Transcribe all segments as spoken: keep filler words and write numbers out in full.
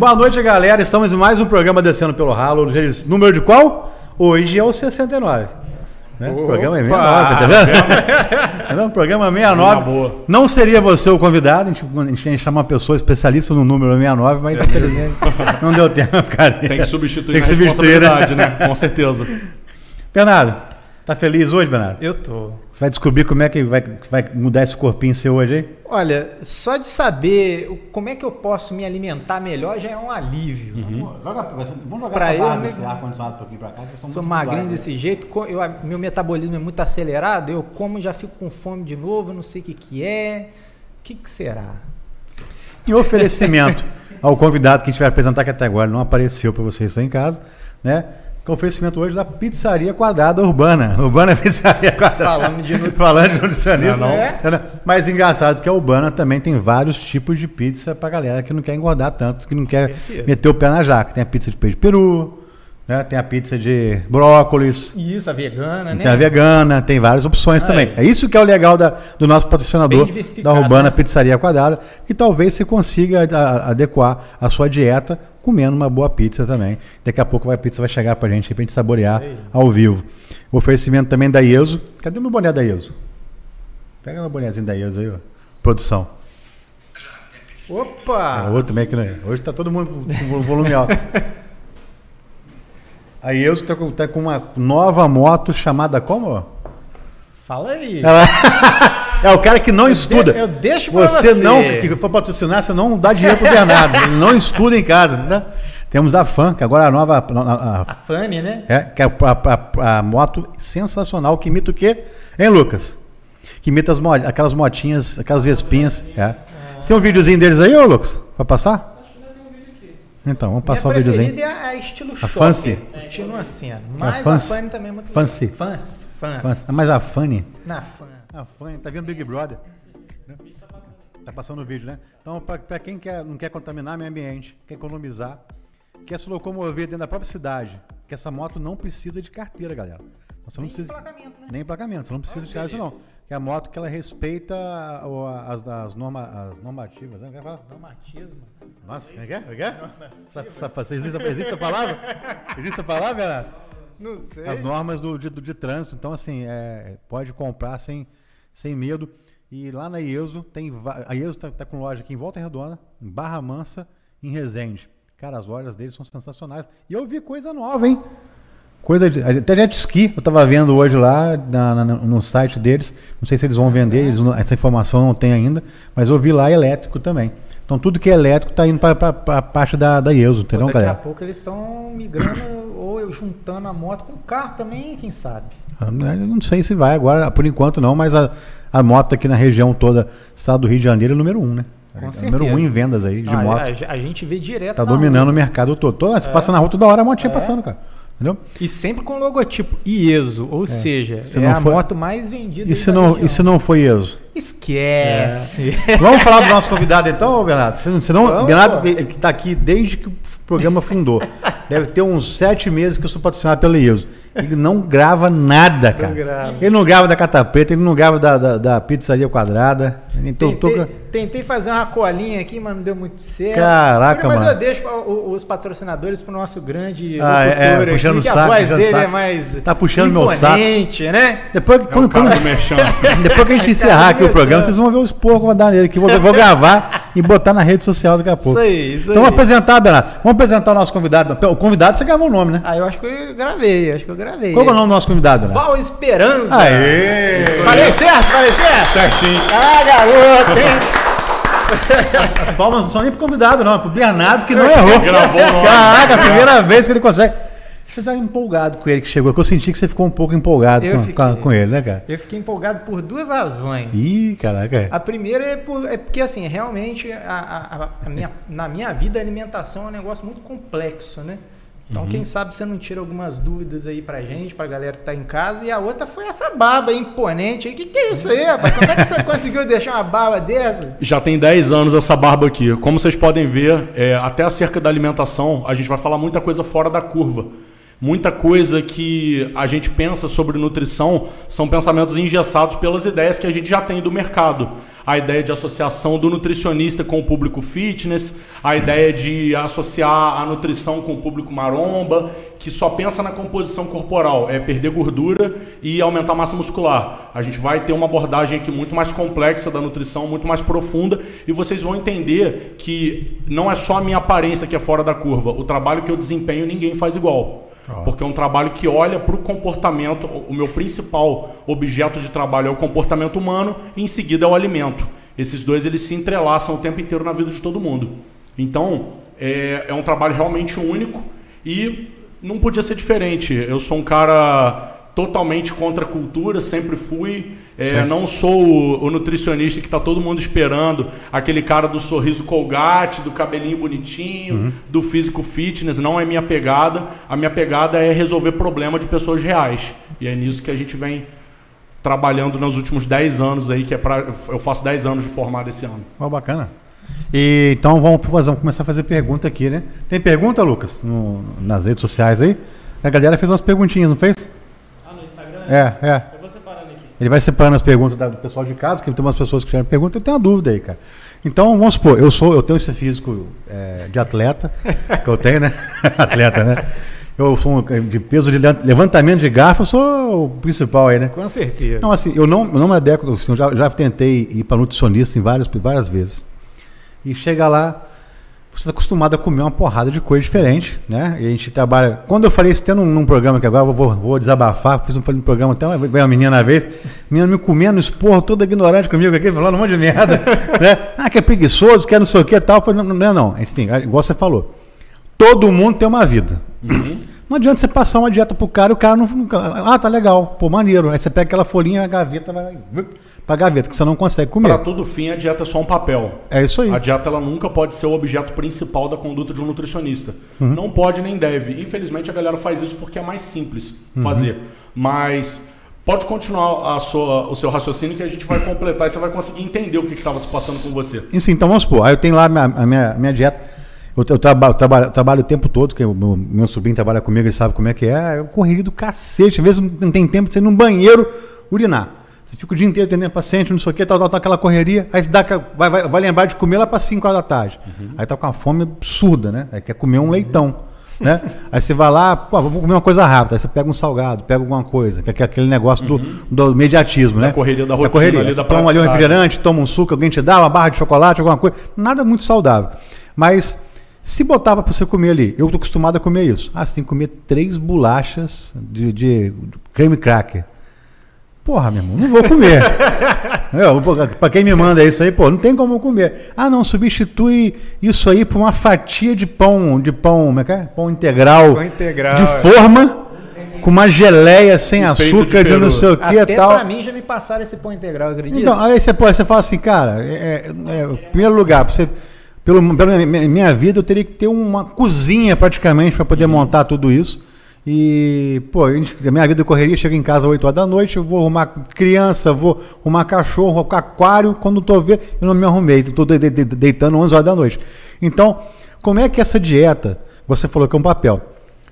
Boa noite, galera. Estamos em mais um programa Descendo pelo Ralo. Número de qual? Hoje é o sessenta e nove. Né? O programa é sessenta e nove, tá vendo? Tá vendo? O programa é sessenta e nove. Não seria você o convidado, a gente, a gente ia chamar uma pessoa especialista no número sessenta e nove, mas infelizmente não deu tempo. Tem que substituir Tem que substituir, né? né? Com certeza. Bernardo, tá feliz hoje, Bernardo? Eu tô. Você vai descobrir como é que vai, vai mudar esse corpinho seu hoje aí? Olha, só de saber como é que eu posso me alimentar melhor já é um alívio. Uhum. Joga, vamos jogar pra essa eu, barra né? desse ar-condicionado um pouquinho pra cá. Que sou magrinho desse jeito, eu, meu metabolismo é muito acelerado, eu como e já fico com fome de novo, não sei o que que é. O que que será? Em oferecimento ao convidado que a gente vai apresentar, que até agora não apareceu para vocês aí em casa, né? Com oferecimento hoje da Pizzaria Quadrada Urbana. Urbana Pizzaria Quadrada. Falando de nutricionista. Falando de nutricionista. Não, não. É. Mas engraçado que a Urbana também tem vários tipos de pizza pra galera que não quer engordar tanto, que não quer Perfeito. meter o pé na jaca. Tem a pizza de peixe de peru, né? Tem a pizza de brócolis. Isso, a vegana, né? Tem a vegana, tem várias opções ah, também. É. é isso que é o legal da, do nosso patrocinador, da Urbana né? Pizzaria Quadrada, que talvez você consiga a, adequar a sua dieta comendo uma boa pizza também. Daqui a pouco a pizza vai chegar pra gente, pra gente saborear ao vivo. O oferecimento também da Ieso. Cadê o meu boné da Ieso? Pega meu bonézinho da Ieso aí, ó. Produção. Opa! É, outro também aqui, né? Hoje tá todo mundo com volume alto. A Ieso tá com, tá com uma nova moto chamada como? Fala aí. Ela... É o cara que não eu estuda. De, eu deixo pra você. Você não, que for patrocinar, você não dá dinheiro pro Bernardo. Ele não estuda em casa. Né? Temos a Fan, que agora é a nova... A, a, a Fanny, né? É, que é a, a, a moto sensacional, que imita o quê? Hein, Lucas? Que imita as mod, aquelas motinhas, aquelas vespinhas. É. Ah. Você tem um videozinho deles aí, ô Lucas? Vai passar? Acho que não tem um vídeo aqui. Então, vamos passar o videozinho. Minha preferida é a estilo a Fancy. Continua assim. Mas a, Fancy. a Fanny também é muito Fancy. Fancy. Fancy. Fancy. Mas a Fanny? Na Fancy. A Fanny, tá vendo Big Brother? Tá passando o vídeo, né? Então, para quem quer, não quer contaminar meio ambiente, quer economizar, quer se locomover dentro da própria cidade, que essa moto não precisa de carteira, galera. Você não nem precisa emplacamento, né? Nem emplacamento, você não precisa tirar isso não. Que é a moto que ela respeita as, as, norma, as normativas, né? Normatismos. Nossa, como é que é? é? Essa, essa, existe, existe essa palavra? Existe essa palavra, Bernardo? Não sei. As normas do, de, do, de trânsito. Então, assim, é, pode comprar sem, sem medo. E lá na Ieso, tem, a Ieso tá, tá com loja aqui em Volta Redonda, em Barra Mansa, em Resende. Cara, as lojas deles são sensacionais. E eu vi coisa nova, hein? Coisa de, até jet ski, eu tava vendo hoje lá na, na, no site deles. Não sei se eles vão vender, eles não, essa informação não tem ainda, mas eu vi lá elétrico também. Então tudo que é elétrico tá indo para a parte da, da Ieso, entendeu, Pô, daqui galera? Daqui a pouco eles estão migrando ou juntando a moto com o carro também, quem sabe? Eu não sei se vai agora, por enquanto não, mas a, a moto aqui na região toda, estado do Rio de Janeiro, é número um, né? Com é certeza. Número um em vendas aí de ah, moto. A, a gente vê direto. Tá dominando rua. O mercado todo. Toda, você é. passa na rua toda hora a motinha é. passando, cara. Entendeu? E sempre com logotipo Ieso, ou é. seja, se é a for... moto mais vendida. E se, não, e se não foi Ieso? Esquece. É. Vamos falar do nosso convidado então, Bernardo? Senão, Vamos, Bernardo, ele que está aqui desde que o programa fundou. Deve ter uns sete meses que eu sou patrocinado pela Ieso. Ele não grava nada, cara. Não grava. Ele não grava da Catapeta, ele não grava da, da, da Pizzaria Quadrada. Então, tentei, tô... tentei fazer uma colinha aqui, mas não deu muito certo. Caraca, mas mano. Mas eu deixo os patrocinadores pro nosso grande ah, locutor é, puxando aqui, o saco, que a voz dele saco. é mais tá puxando meu saco, né? Depois, é quando, quando, depois que a gente encerrar aqui o programa, vocês vão ver os porcos que eu vou dar nele, que eu vou, vou gravar e botar na rede social daqui a pouco. Isso aí, isso então aí. Vamos apresentar, Bernardo. Vamos apresentar o nosso convidado. O convidado, você gravou o nome, né? Ah, eu acho que eu gravei, acho que eu gravei. Qual é o nome do nosso convidado, Bernardo? Val Esperança. Aê! Falei certo, falei certo? Certinho. Ah, garoto, hein? As, as palmas não são nem pro convidado, não, é pro Bernardo que não errou. Gravou o nome. Caraca, a primeira vez que ele consegue. Você tá empolgado com ele que chegou, que eu senti que você ficou um pouco empolgado com, fiquei, com ele, né, cara? Eu fiquei empolgado por duas razões. Ih, caraca. A primeira é, por, é porque, assim, realmente, a, a, a minha, na minha vida, a alimentação é um negócio muito complexo, né? Então, uhum. quem sabe você não tira algumas dúvidas aí pra gente, pra galera que tá em casa. E a outra foi essa barba imponente aí. Que que é isso aí, rapaz? Como é que você conseguiu deixar uma barba dessa? Já tem dez anos essa barba aqui. Como vocês podem ver, é, até acerca da alimentação, a gente vai falar muita coisa fora da curva. Muita coisa que a gente pensa sobre nutrição são pensamentos engessados pelas ideias que a gente já tem do mercado. A ideia de associação do nutricionista com o público fitness, a ideia de associar a nutrição com o público maromba, que só pensa na composição corporal, é perder gordura e aumentar a massa muscular. A gente vai ter uma abordagem aqui muito mais complexa da nutrição, muito mais profunda, e vocês vão entender que não é só a minha aparência que é fora da curva. O trabalho que eu desempenho ninguém faz igual. Porque é um trabalho que olha para o comportamento. O meu principal objeto de trabalho é o comportamento humano e em seguida é o alimento. Esses dois eles se entrelaçam o tempo inteiro na vida de todo mundo. Então é, é um trabalho realmente único e não podia ser diferente. Eu sou um cara totalmente contra a cultura, sempre fui. É, não sou o, o nutricionista que está todo mundo esperando, aquele cara do sorriso Colgate, do cabelinho bonitinho, uhum. do físico fitness. Não é minha pegada. A minha pegada é resolver problema de pessoas reais. E é nisso que a gente vem trabalhando nos últimos dez anos aí, que é pra, eu faço dez anos de formado esse ano. Oh, bacana. E, então vamos, fazer, vamos começar a fazer pergunta aqui, né? Tem pergunta, Lucas, no, nas redes sociais aí? A galera fez umas perguntinhas, não fez? Ah, no Instagram? É, é. Eu vou separando aqui. Ele vai separando as perguntas do pessoal de casa, que tem umas pessoas que fizeram pergunta, eu tenho uma dúvida aí, cara. Então, vamos supor, eu sou, eu tenho esse físico é, de atleta, que eu tenho, né? Atleta, né? Eu sou um, de peso de levantamento de garfo, eu sou o principal aí, né? Com certeza. Não, assim, eu não, eu não me adequo, assim, eu já, já tentei ir para nutricionista em várias, várias vezes. E chega lá, você está acostumado a comer uma porrada de coisa diferente, né? E a gente trabalha... Quando eu falei isso, tendo num, num programa que agora eu vou, vou desabafar, fiz um, um programa até, veio uma menina na vez, menina me comendo, esporro, toda ignorante comigo aqui, falando um monte de merda, né? Ah, que é preguiçoso, que é não sei o que e tal. Eu falei, não, não é não. A gente tem, igual você falou, todo mundo tem uma vida. Uhum. Não adianta você passar uma dieta pro cara e o cara não... Ah, tá legal, pô, maneiro. Aí você pega aquela folhinha, a gaveta, vai... Pra gaveta, que você não consegue comer. Para todo fim, a dieta é só um papel. É isso aí. A dieta ela nunca pode ser o objeto principal da conduta de um nutricionista. Uhum. Não pode nem deve. Infelizmente, a galera faz isso porque é mais simples uhum. fazer. Mas pode continuar a sua, o seu raciocínio que a gente vai completar e você vai conseguir entender o que estava se passando com você. Isso, então vamos supor. Aí eu tenho lá a minha, a minha, minha dieta. Eu, eu, trabalho, eu trabalho, trabalho o tempo todo, que o meu, meu sobrinho trabalha comigo, ele sabe como é que é. Eu correria do cacete. Às vezes não tem tempo de você ir num banheiro urinar. Você fica o dia inteiro atendendo paciente, não sei o que, tal, tal, tal, aquela correria. Aí você dá, vai, vai, vai lembrar de comer lá para cinco horas da tarde. Uhum. Aí tá com uma fome absurda, né? Aí quer comer um leitão. Né? Aí você vai lá, pô, vou comer uma coisa rápida. Aí você pega um salgado, pega alguma coisa, que é aquele negócio uhum. do, do mediatismo, da né? Correria da rotina, da correria. ali da toma ali um refrigerante, toma um suco, alguém te dá uma barra de chocolate, alguma coisa. Nada muito saudável. Mas se botava para você comer ali, eu tô acostumado a comer isso. Ah, você tem que comer três bolachas de, de creme cracker. Porra, meu irmão, não vou comer. Para quem me manda isso aí, pô, não tem como eu comer. Ah, não, substitui isso aí por uma fatia de pão, de pão, como é que é? Pão integral, pão integral de forma, com uma geleia sem açúcar, de, de não sei o que e tal. Até pra mim já me passaram esse pão integral, acredito. Então, aí você, pô, você fala assim, cara, é, é, em primeiro lugar, pra você, pelo, pela minha, minha vida, eu teria que ter uma cozinha praticamente para poder uhum. montar tudo isso. E, pô, a minha vida de correria, chego em casa às oito horas da noite, eu vou arrumar criança, vou arrumar cachorro, vou aquário, quando eu tô vendo, eu não me arrumei, estou de, de, de, deitando onze horas da noite. Então, como é que essa dieta, você falou que é um papel,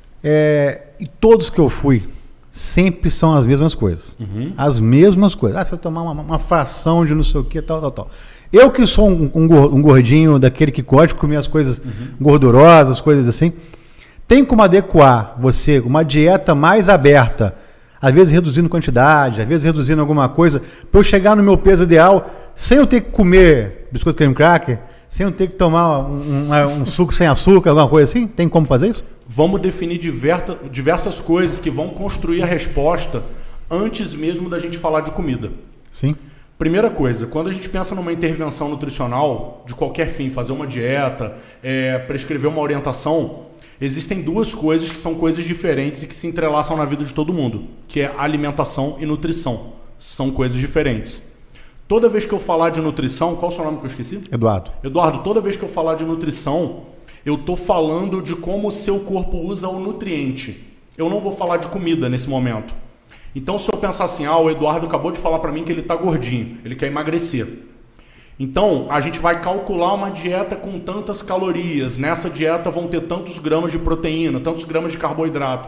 é, e todos que eu fui, sempre são as mesmas coisas. Uhum. As mesmas coisas. Ah, se eu tomar uma, uma fração de não sei o que, tal, tal, tal. Eu que sou um, um gordinho daquele que gosta de comer as coisas uhum. gordurosas, coisas assim, tem como adequar você uma dieta mais aberta, às vezes reduzindo quantidade, às vezes reduzindo alguma coisa, para eu chegar no meu peso ideal, sem eu ter que comer biscoito creme cracker, sem eu ter que tomar um, um, um suco sem açúcar, alguma coisa assim? Tem como fazer isso? Vamos definir diversa, diversas coisas que vão construir a resposta antes mesmo da gente falar de comida. Sim. Primeira coisa, quando a gente pensa numa intervenção nutricional, de qualquer fim, fazer uma dieta, é, prescrever uma orientação, existem duas coisas que são coisas diferentes e que se entrelaçam na vida de todo mundo, que é alimentação e nutrição. São coisas diferentes. Toda vez que eu falar de nutrição, qual é o seu nome que eu esqueci? Eduardo. Eduardo, toda vez que eu falar de nutrição, eu estou falando de como o seu corpo usa o nutriente. Eu não vou falar de comida nesse momento. Então, se eu pensar assim, ah, o Eduardo acabou de falar para mim que ele está gordinho, ele quer emagrecer. Então, a gente vai calcular uma dieta com tantas calorias. Nessa dieta vão ter tantos gramas de proteína, tantos gramas de carboidrato.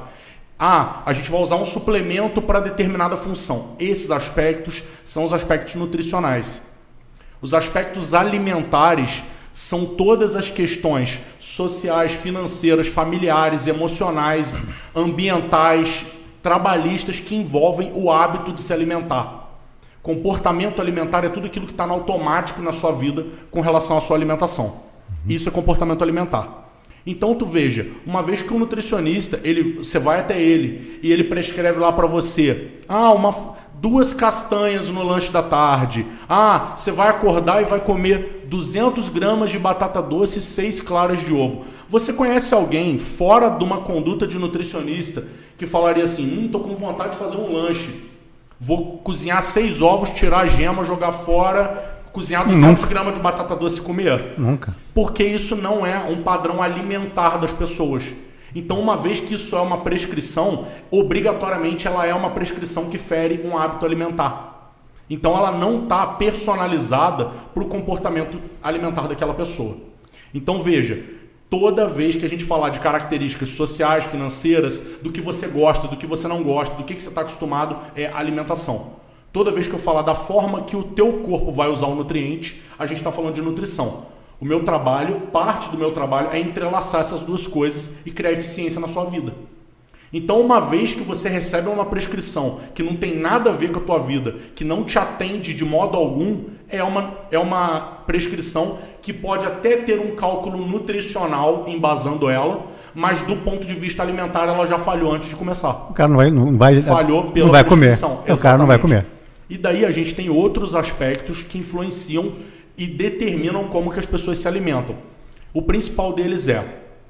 Ah, a gente vai usar um suplemento para determinada função. Esses aspectos são os aspectos nutricionais. Os aspectos alimentares são todas as questões sociais, financeiras, familiares, emocionais, ambientais, trabalhistas que envolvem o hábito de se alimentar. Comportamento alimentar é tudo aquilo que está no automático na sua vida com relação à sua alimentação. Isso é comportamento alimentar. Então tu veja, uma vez que o nutricionista, ele, você vai até ele e ele prescreve lá para você, ah, uma, duas castanhas no lanche da tarde, ah, você vai acordar e vai comer duzentos gramas de batata doce e seis claras de ovo. Você conhece alguém fora de uma conduta de nutricionista que falaria assim, hum, tô com vontade de fazer um lanche. Vou cozinhar seis ovos, tirar a gema, jogar fora, cozinhar duzentos gramas de batata doce e comer? Nunca. Porque isso não é um padrão alimentar das pessoas. Então, uma vez que isso é uma prescrição, obrigatoriamente ela é uma prescrição que fere um hábito alimentar. Então, ela não está personalizada para o comportamento alimentar daquela pessoa. Então, veja, toda vez que a gente falar de características sociais, financeiras, do que você gosta, do que você não gosta, do que você está acostumado, é alimentação. Toda vez que eu falar da forma que o teu corpo vai usar o nutriente, a gente está falando de nutrição. O meu trabalho, parte do meu trabalho é entrelaçar essas duas coisas e criar eficiência na sua vida. Então, uma vez que você recebe uma prescrição que não tem nada a ver com a tua vida, que não te atende de modo algum, é uma, é uma prescrição que pode até ter um cálculo nutricional embasando ela, mas do ponto de vista alimentar ela já falhou antes de começar. O cara não vai, não vai, falhou pela não vai comer. Exatamente. O cara não vai comer. E daí a gente tem outros aspectos que influenciam e determinam como que as pessoas se alimentam. O principal deles é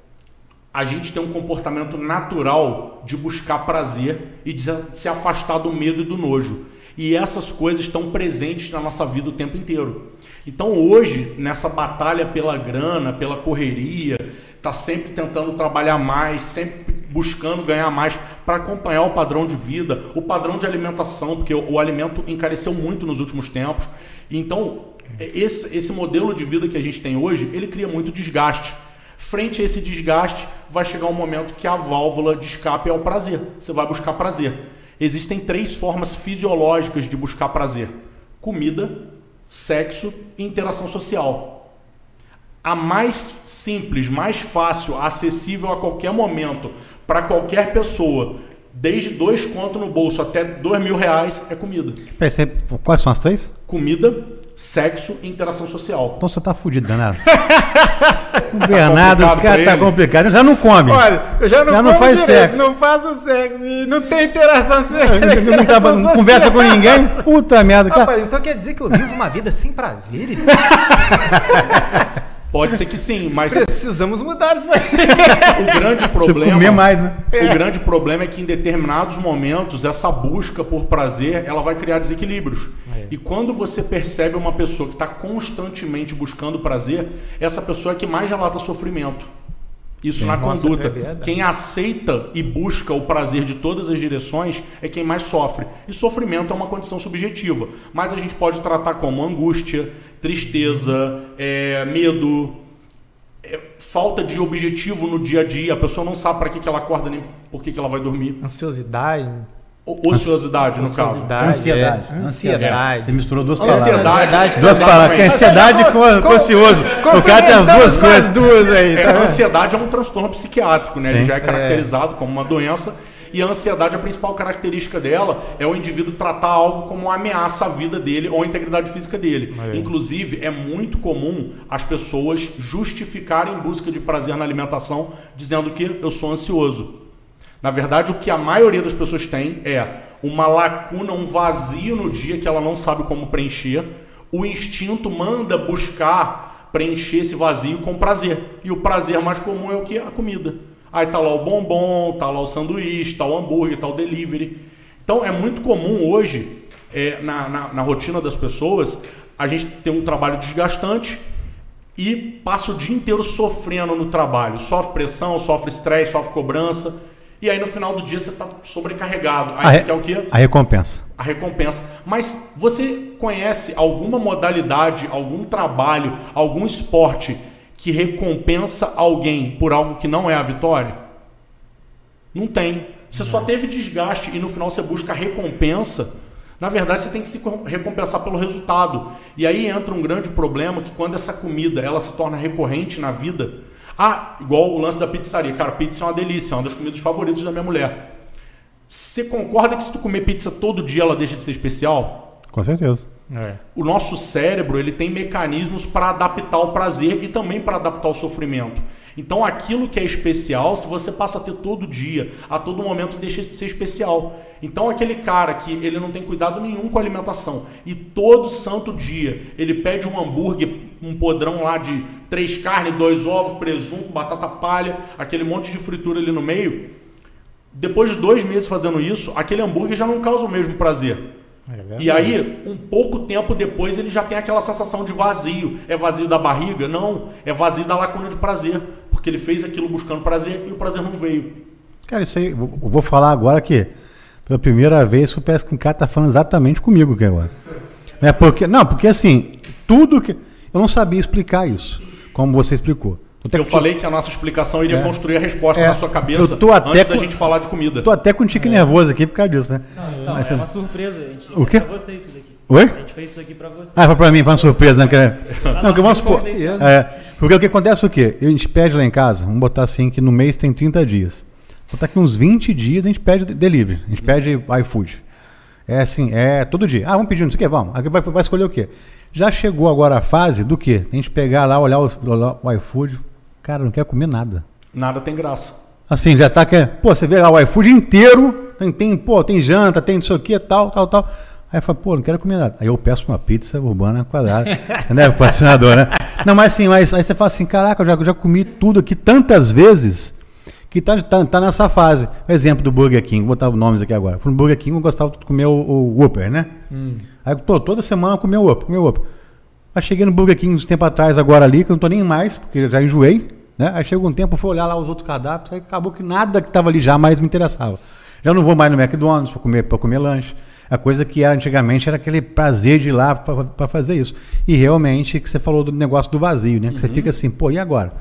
a gente tem um comportamento natural de buscar prazer e de se afastar do medo e do nojo. E essas coisas estão presentes na nossa vida o tempo inteiro. Então hoje, nessa batalha pela grana, pela correria, está sempre tentando trabalhar mais, sempre buscando ganhar mais para acompanhar o padrão de vida, o padrão de alimentação, porque o, o alimento encareceu muito nos últimos tempos. Então, esse, esse modelo de vida que a gente tem hoje, ele cria muito desgaste. Frente a esse desgaste, vai chegar um momento que a válvula de escape é o prazer. Você vai buscar prazer. Existem três formas fisiológicas de buscar prazer: comida, sexo e interação social. A mais simples, mais fácil, acessível a qualquer momento, para qualquer pessoa, desde dois contos no bolso até dois mil reais, é comida. Quais são as três? Comida, sexo e interação social. Então você tá fudido, danado. O Bernardo, tá o cara tá complicado. Já não come. Olha, eu já não, já como não faz direito, sexo. não faço sexo, e não tem interação sexual. Não, não, tá, não conversa com ninguém. Puta merda, cara. Rapaz, então quer dizer que eu vivo uma vida sem prazeres? Pode ser que sim, mas precisamos mudar isso aí. O grande problema, comer mais, né? O grande problema é que em determinados momentos essa busca por prazer, ela vai criar desequilíbrios. É. E quando você percebe uma pessoa que está constantemente buscando prazer, essa pessoa é que mais relata sofrimento. Isso é, na nossa, conduta. É quem aceita e busca o prazer de todas as direções é quem mais sofre. E sofrimento é uma condição subjetiva, mas a gente pode tratar como angústia, tristeza, é, medo, é, falta de objetivo no dia a dia. A pessoa não sabe para que, que ela acorda nem por que, que ela vai dormir. Ansiosidade. O, ociosidade, no Ansiosidade, caso. Ansiedade. É. Ansiedade. É. Você misturou duas palavras. Ansiedade. Duas palavras. Que é ansiedade com, com ocioso. O cara tem as duas coisas. duas aí. É, Tá a ansiedade é um transtorno psiquiátrico, né? Sim. Ele já é caracterizado é. como uma doença. E a ansiedade, a principal característica dela é o indivíduo tratar algo como uma ameaça à vida dele ou à integridade física dele. É. Inclusive, é muito comum as pessoas justificarem em busca de prazer na alimentação dizendo que eu sou ansioso. Na verdade, o que a maioria das pessoas tem é uma lacuna, um vazio no dia que ela não sabe como preencher. O instinto manda buscar preencher esse vazio com prazer. E o prazer mais comum é o que? A comida. Aí tá lá o bombom, tá lá o sanduíche, tá o hambúrguer, tá o delivery. Então é muito comum hoje, é, na, na, na rotina das pessoas, a gente ter um trabalho desgastante e passa o dia inteiro sofrendo no trabalho. Sofre pressão, sofre estresse, sofre cobrança. E aí no final do dia você está sobrecarregado. Aí a, você re... quer o quê? A recompensa. A recompensa. Mas você conhece alguma modalidade, algum trabalho, algum esporte que recompensa alguém por algo que não é a vitória? Não tem. Você só teve desgaste e no final você busca a recompensa. Na verdade, você tem que se recompensar pelo resultado. E aí entra um grande problema que quando essa comida ela se torna recorrente na vida... Ah, igual o lance da pizzaria. Cara, pizza é uma delícia, é uma das comidas favoritas da minha mulher. Você concorda que se tu comer pizza todo dia, ela deixa de ser especial? Com certeza. É. O nosso cérebro ele tem mecanismos para adaptar o prazer e também para adaptar o sofrimento. Então aquilo que é especial, se você passa a ter todo dia, a todo momento deixa de ser especial. Então aquele cara que ele não tem cuidado nenhum com a alimentação e todo santo dia ele pede um hambúrguer, um podrão lá de três carnes, dois ovos, presunto, batata palha, aquele monte de fritura ali no meio, depois de dois meses fazendo isso, aquele hambúrguer já não causa o mesmo prazer. É e aí, um pouco tempo depois, ele já tem aquela sensação de vazio. É vazio da barriga? Não, é vazio da lacuna de prazer. Porque ele fez aquilo buscando prazer e o prazer não veio. Cara, isso aí, eu vou falar agora que, pela primeira vez, eu peço que o cara tá falando exatamente comigo aqui agora. É porque, não, porque assim, tudo que... Eu não sabia explicar isso, como você explicou. Eu, eu falei que a nossa explicação iria é, eu, a resposta é, na sua cabeça eu tô até antes com, da gente falar de comida. Tô até com um tique é. nervoso aqui por causa disso, né? Não, então, Mas, é uma surpresa, gente. O quê? É pra você isso daqui. Oi? A gente fez isso aqui pra você. Ah, foi pra mim, foi uma surpresa, né? Não, não que vamos supor. É, porque o que acontece é o quê? A gente pede lá em casa, vamos botar assim, que no mês tem trinta dias. Vou botar aqui uns vinte dias, a gente pede delivery, a gente pede iFood. É assim, é todo dia. Ah, vamos pedir, não sei o quê, vamos. Aqui vai, vai escolher o quê? Já chegou agora a fase do quê? A gente pegar lá, olhar o, olhar o iFood, cara, não quer comer nada. Nada tem graça. Assim, já tá que, pô, você vê lá o iFood inteiro, tem, tem, pô, tem janta, tem não sei o que, tal, tal, tal. Aí fala, pô, não quero comer nada. Aí eu peço uma pizza urbana quadrada, né, patrocinador, né? Não, mas assim, mas aí você fala assim, caraca, eu já, eu já comi tudo aqui tantas vezes que tá, tá, tá nessa fase. O exemplo do Burger King, vou botar os nomes aqui agora. Fui no Burger King, eu gostava de comer o, o Whopper, né? Hum. Aí, pô, toda semana eu comia o Whopper, comia o Whopper. Aí cheguei no Burger King uns tempo atrás, agora ali, que eu não tô nem mais, porque eu já enjoei, né? Aí chegou um tempo, eu fui olhar lá os outros cardápios, aí acabou que nada que estava ali já mais me interessava. Já não vou mais no McDonald's para comer, para comer lanche. A coisa que era antigamente era aquele prazer de ir lá para fazer isso. E realmente, que você falou do negócio do vazio, né? Que uhum. você fica assim, pô, e agora?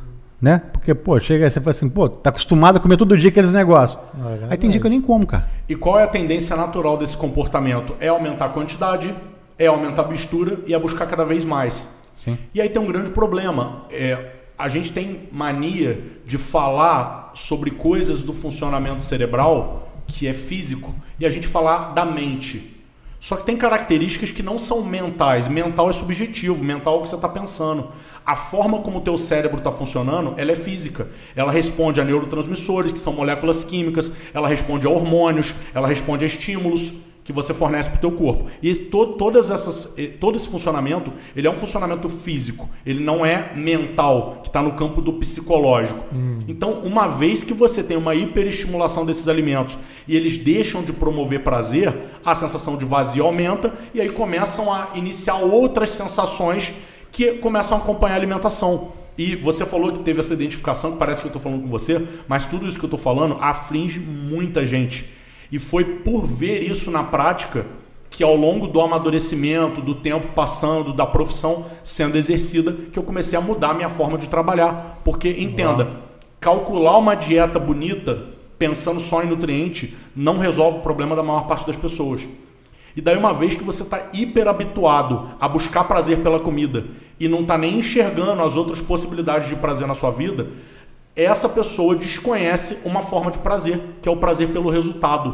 Né? Porque, pô, chega aí você fala assim, pô, tá acostumado a comer todo dia aqueles negócios. É aí tem dia que eu nem como, cara. E qual é a tendência natural desse comportamento? É aumentar a quantidade, é aumentar a mistura e é buscar cada vez mais. Sim. E aí tem um grande problema. É, a gente tem mania de falar sobre coisas do funcionamento cerebral que é físico e a gente falar da mente. Só que tem características que não são mentais. Mental é subjetivo, mental é o que você está pensando. A forma como o teu cérebro está funcionando, ela é física. Ela responde a neurotransmissores, que são moléculas químicas, ela responde a hormônios, ela responde a estímulos que você fornece para o teu corpo. E to, todas essas, todo esse funcionamento, ele é um funcionamento físico. Ele não é mental, que está no campo do psicológico. Hum. Então, uma vez que você tem uma hiperestimulação desses alimentos e eles deixam de promover prazer, a sensação de vazio aumenta e aí começam a iniciar outras sensações que começam a acompanhar a alimentação. E você falou que teve essa identificação, que parece que eu estou falando com você, mas tudo isso que eu estou falando aflige muita gente. E foi por ver isso na prática que ao longo do amadurecimento, do tempo passando, da profissão sendo exercida, que eu comecei a mudar a minha forma de trabalhar. Porque, entenda, uhum. calcular uma dieta bonita, pensando só em nutriente, não resolve o problema da maior parte das pessoas. E daí uma vez que você está hiper habituado a buscar prazer pela comida e não está nem enxergando as outras possibilidades de prazer na sua vida, essa pessoa desconhece uma forma de prazer, que é o prazer pelo resultado.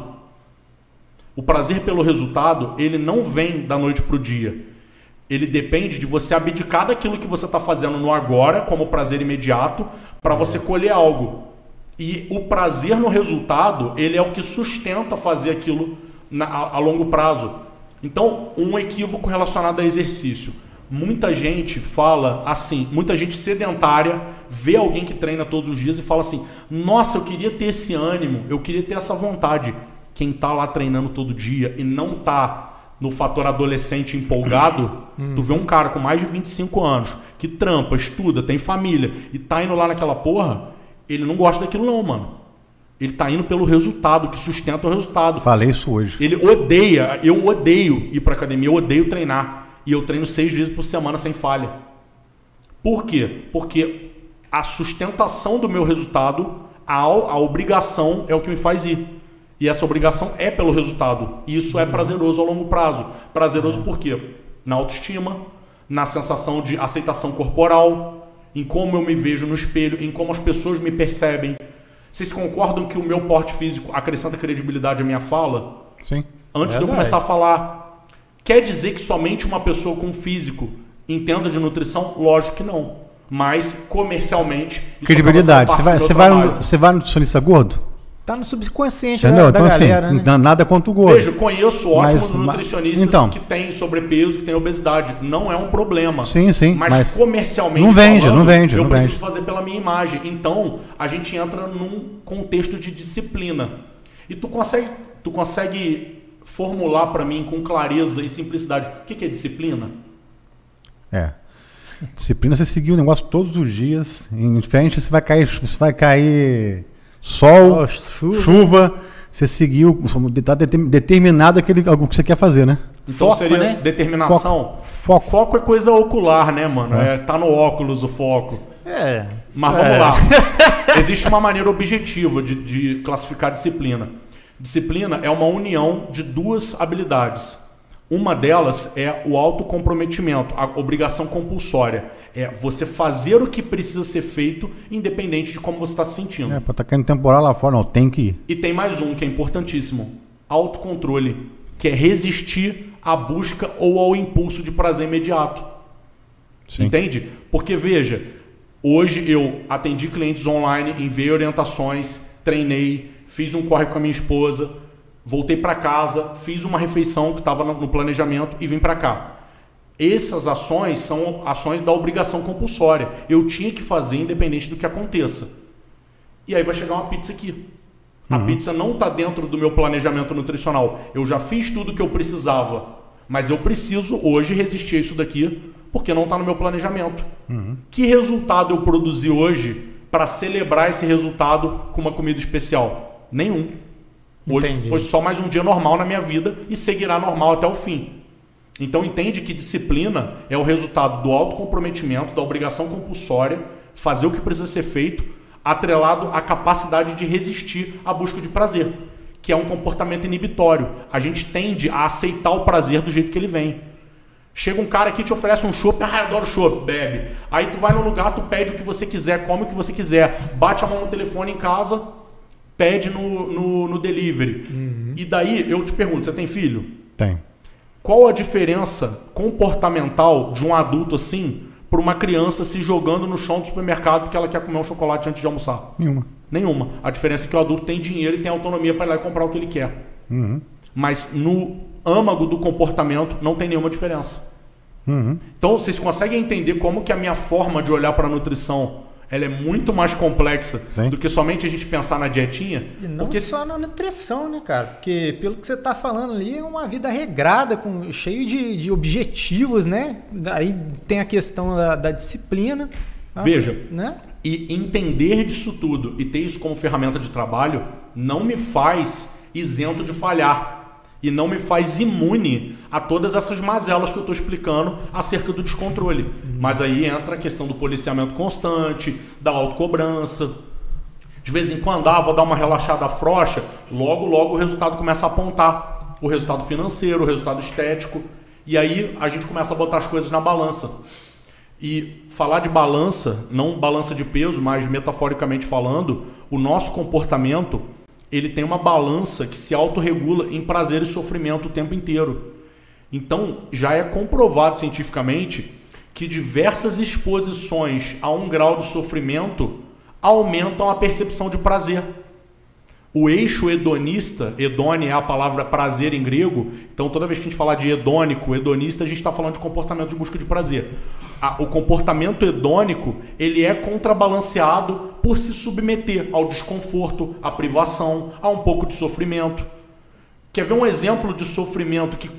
O prazer pelo resultado, ele não vem da noite para o dia. Ele depende de você abdicar daquilo que você está fazendo no agora, como prazer imediato, para você colher algo. E o prazer no resultado, ele é o que sustenta fazer aquilo na, a, a longo prazo. Então, um equívoco relacionado a exercício. Muita gente fala assim, muita gente sedentária vê alguém que treina todos os dias e fala assim, nossa, eu queria ter esse ânimo, eu queria ter essa vontade. Quem está lá treinando todo dia e não está no fator adolescente empolgado, hum. tu vê um cara com mais de vinte e cinco anos, que trampa, estuda, tem família e tá indo lá naquela porra, ele não gosta daquilo não, mano. Ele está indo pelo resultado, que sustenta o resultado. Falei isso hoje. Ele odeia, eu odeio ir para academia, eu odeio treinar. E eu treino seis vezes por semana sem falha. Por quê? Porque a sustentação do meu resultado, a, a obrigação é o que me faz ir. E essa obrigação é pelo resultado. E isso é prazeroso ao longo prazo. Prazeroso por quê? Na autoestima, na sensação de aceitação corporal, em como eu me vejo no espelho, em como as pessoas me percebem. Vocês concordam que o meu porte físico acrescenta credibilidade à minha fala? Sim. Antes É de eu verdade. começar a falar, quer dizer que somente uma pessoa com físico entenda de nutrição? Lógico que não. Mas, comercialmente... isso Credibilidade. Você acaba vai, sendo você, parte do vai meu no, trabalho. você vai no nutricionista gordo? Tá no subconsciente Entendeu? da, da Então, galera, assim, né? nada contra o gordo. Veja, conheço ótimos Mas- mas- nutricionistas então. que têm sobrepeso, que têm obesidade. Não é um problema. Sim, sim, Mas, mas comercialmente não vende, falando, não vende, eu não preciso vende. fazer pela minha imagem. Então, a gente entra num contexto de disciplina. E tu consegue, tu consegue formular para mim com clareza e simplicidade o que, que é disciplina? É. Disciplina, você seguir o negócio todos os dias. Em frente, você vai cair, você vai cair sol, Ó, chuva. chuva. Você seguiu, está determinado aquele, algo que você quer fazer, né? Então Foco, seria né? determinação. Foco. Foco é coisa ocular, né, mano? É. É, tá no óculos o foco. É. Mas É. vamos lá. Existe uma maneira objetiva de, de classificar disciplina. Disciplina é uma união de duas habilidades. Uma delas é o autocomprometimento, a obrigação compulsória. É você fazer o que precisa ser feito, independente de como você está se sentindo. É, pô, tá caindo temporal lá fora, não, tem que ir. E tem mais um que é importantíssimo: autocontrole, que é resistir à busca ou ao impulso de prazer imediato. Sim. Entende? Porque, veja, hoje eu atendi clientes online, enviei orientações, treinei, fiz um corre com a minha esposa, voltei para casa, fiz uma refeição que estava no planejamento e vim para cá. Essas ações são ações da obrigação compulsória. Eu tinha que fazer independente do que aconteça. E aí vai chegar uma pizza aqui. A Uhum. pizza não está dentro do meu planejamento nutricional. Eu já fiz tudo que eu precisava, mas eu preciso hoje resistir a isso daqui porque não está no meu planejamento. Uhum. Que resultado eu produzi hoje para celebrar esse resultado com uma comida especial? Nenhum. Hoje Entendi. foi só mais um dia normal na minha vida e seguirá normal até o fim. Então entende que disciplina é o resultado do autocomprometimento, da obrigação compulsória, fazer o que precisa ser feito, atrelado à capacidade de resistir à busca de prazer, que é um comportamento inibitório. A gente tende a aceitar o prazer do jeito que ele vem. Chega um cara aqui e te oferece um chopp, ah, eu adoro chopp, bebe. Aí tu vai no lugar, tu pede o que você quiser, come o que você quiser, bate a mão no telefone em casa, pede no, no, no delivery. Uhum. E daí eu te pergunto, você tem filho? Tem. Qual a diferença comportamental de um adulto assim para uma criança se jogando no chão do supermercado porque ela quer comer um chocolate antes de almoçar? Nenhuma. Nenhuma. A diferença é que o adulto tem dinheiro e tem autonomia para ir lá e comprar o que ele quer. Uhum. Mas no âmago do comportamento não tem nenhuma diferença. Uhum. Então vocês conseguem entender como que a minha forma de olhar para a nutrição ela é muito mais complexa Sim. do que somente a gente pensar na dietinha? E não Porque só na nutrição, né, cara? Porque pelo que você tá falando ali, é uma vida regrada, com, cheio de, de objetivos, né? Aí tem a questão da, da disciplina. tá? Veja, Né? e entender disso tudo e ter isso como ferramenta de trabalho não me faz isento de falhar. E não me faz imune a todas essas mazelas que eu estou explicando acerca do descontrole. Uhum. Mas aí entra a questão do policiamento constante, da autocobrança. De vez em quando, ah, vou dar uma relaxada frouxa, logo, logo o resultado começa a apontar. O resultado financeiro, o resultado estético. E aí a gente começa a botar as coisas na balança. E falar de balança, não balança de peso, mas metaforicamente falando, o nosso comportamento... ele tem uma balança que se autorregula em prazer e sofrimento o tempo inteiro. Então, já é comprovado cientificamente que diversas exposições a um grau de sofrimento aumentam a percepção de prazer. O eixo hedonista, hedone é a palavra prazer em grego, então toda vez que a gente falar de hedônico, hedonista, a gente está falando de comportamento de busca de prazer. O comportamento hedônico, ele é contrabalanceado por se submeter ao desconforto, à privação, a um pouco de sofrimento. Quer ver um exemplo de sofrimento que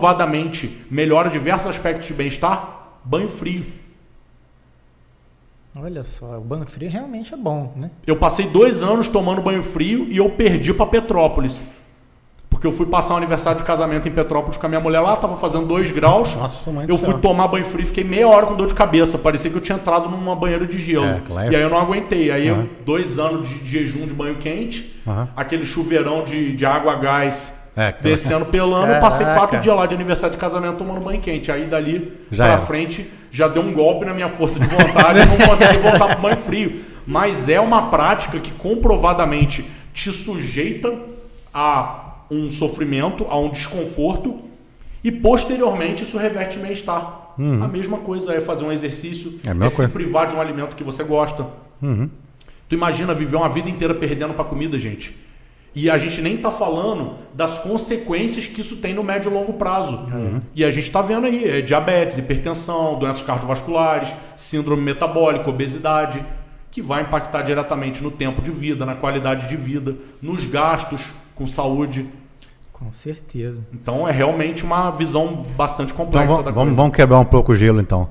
comprovadamente melhora diversos aspectos de bem-estar? Banho frio. Olha só, o banho frio realmente é bom, né? Eu passei dois anos tomando banho frio e eu perdi para Petrópolis. Porque eu fui passar um aniversário de casamento em Petrópolis com a minha mulher lá, tava fazendo dois graus. Nossa, mãe do eu fui céu. tomar banho frio e fiquei meia hora com dor de cabeça. Parecia que eu tinha entrado numa banheira de gelo. É, claro. E aí eu não aguentei. Aí Uhum. eu, dois anos de, de jejum de banho quente, Uhum. aquele chuveirão de, de água a gás É, aquela- descendo pelando. Caraca. Eu passei quatro dias lá de aniversário de casamento tomando banho quente. Aí dali Já pra era. frente já deu um golpe na minha força de vontade e não consegui voltar pro banho frio. Mas é uma prática que comprovadamente te sujeita a um sofrimento, a um desconforto e posteriormente isso reverte em bem-estar. Uhum. A mesma coisa é fazer um exercício, É a mesma é se coisa. privar de um alimento que você gosta. Uhum. Tu imagina viver uma vida inteira perdendo pra comida, gente. E a gente nem tá falando das consequências que isso tem no médio e longo prazo. Uhum. E a gente tá vendo aí, é, diabetes, hipertensão, doenças cardiovasculares, síndrome metabólica, obesidade, que vai impactar diretamente no tempo de vida, na qualidade de vida, nos gastos com saúde. Com certeza. Então é realmente uma visão bastante Então complexa vamos, da vamos, coisa. vamos quebrar um pouco o gelo então.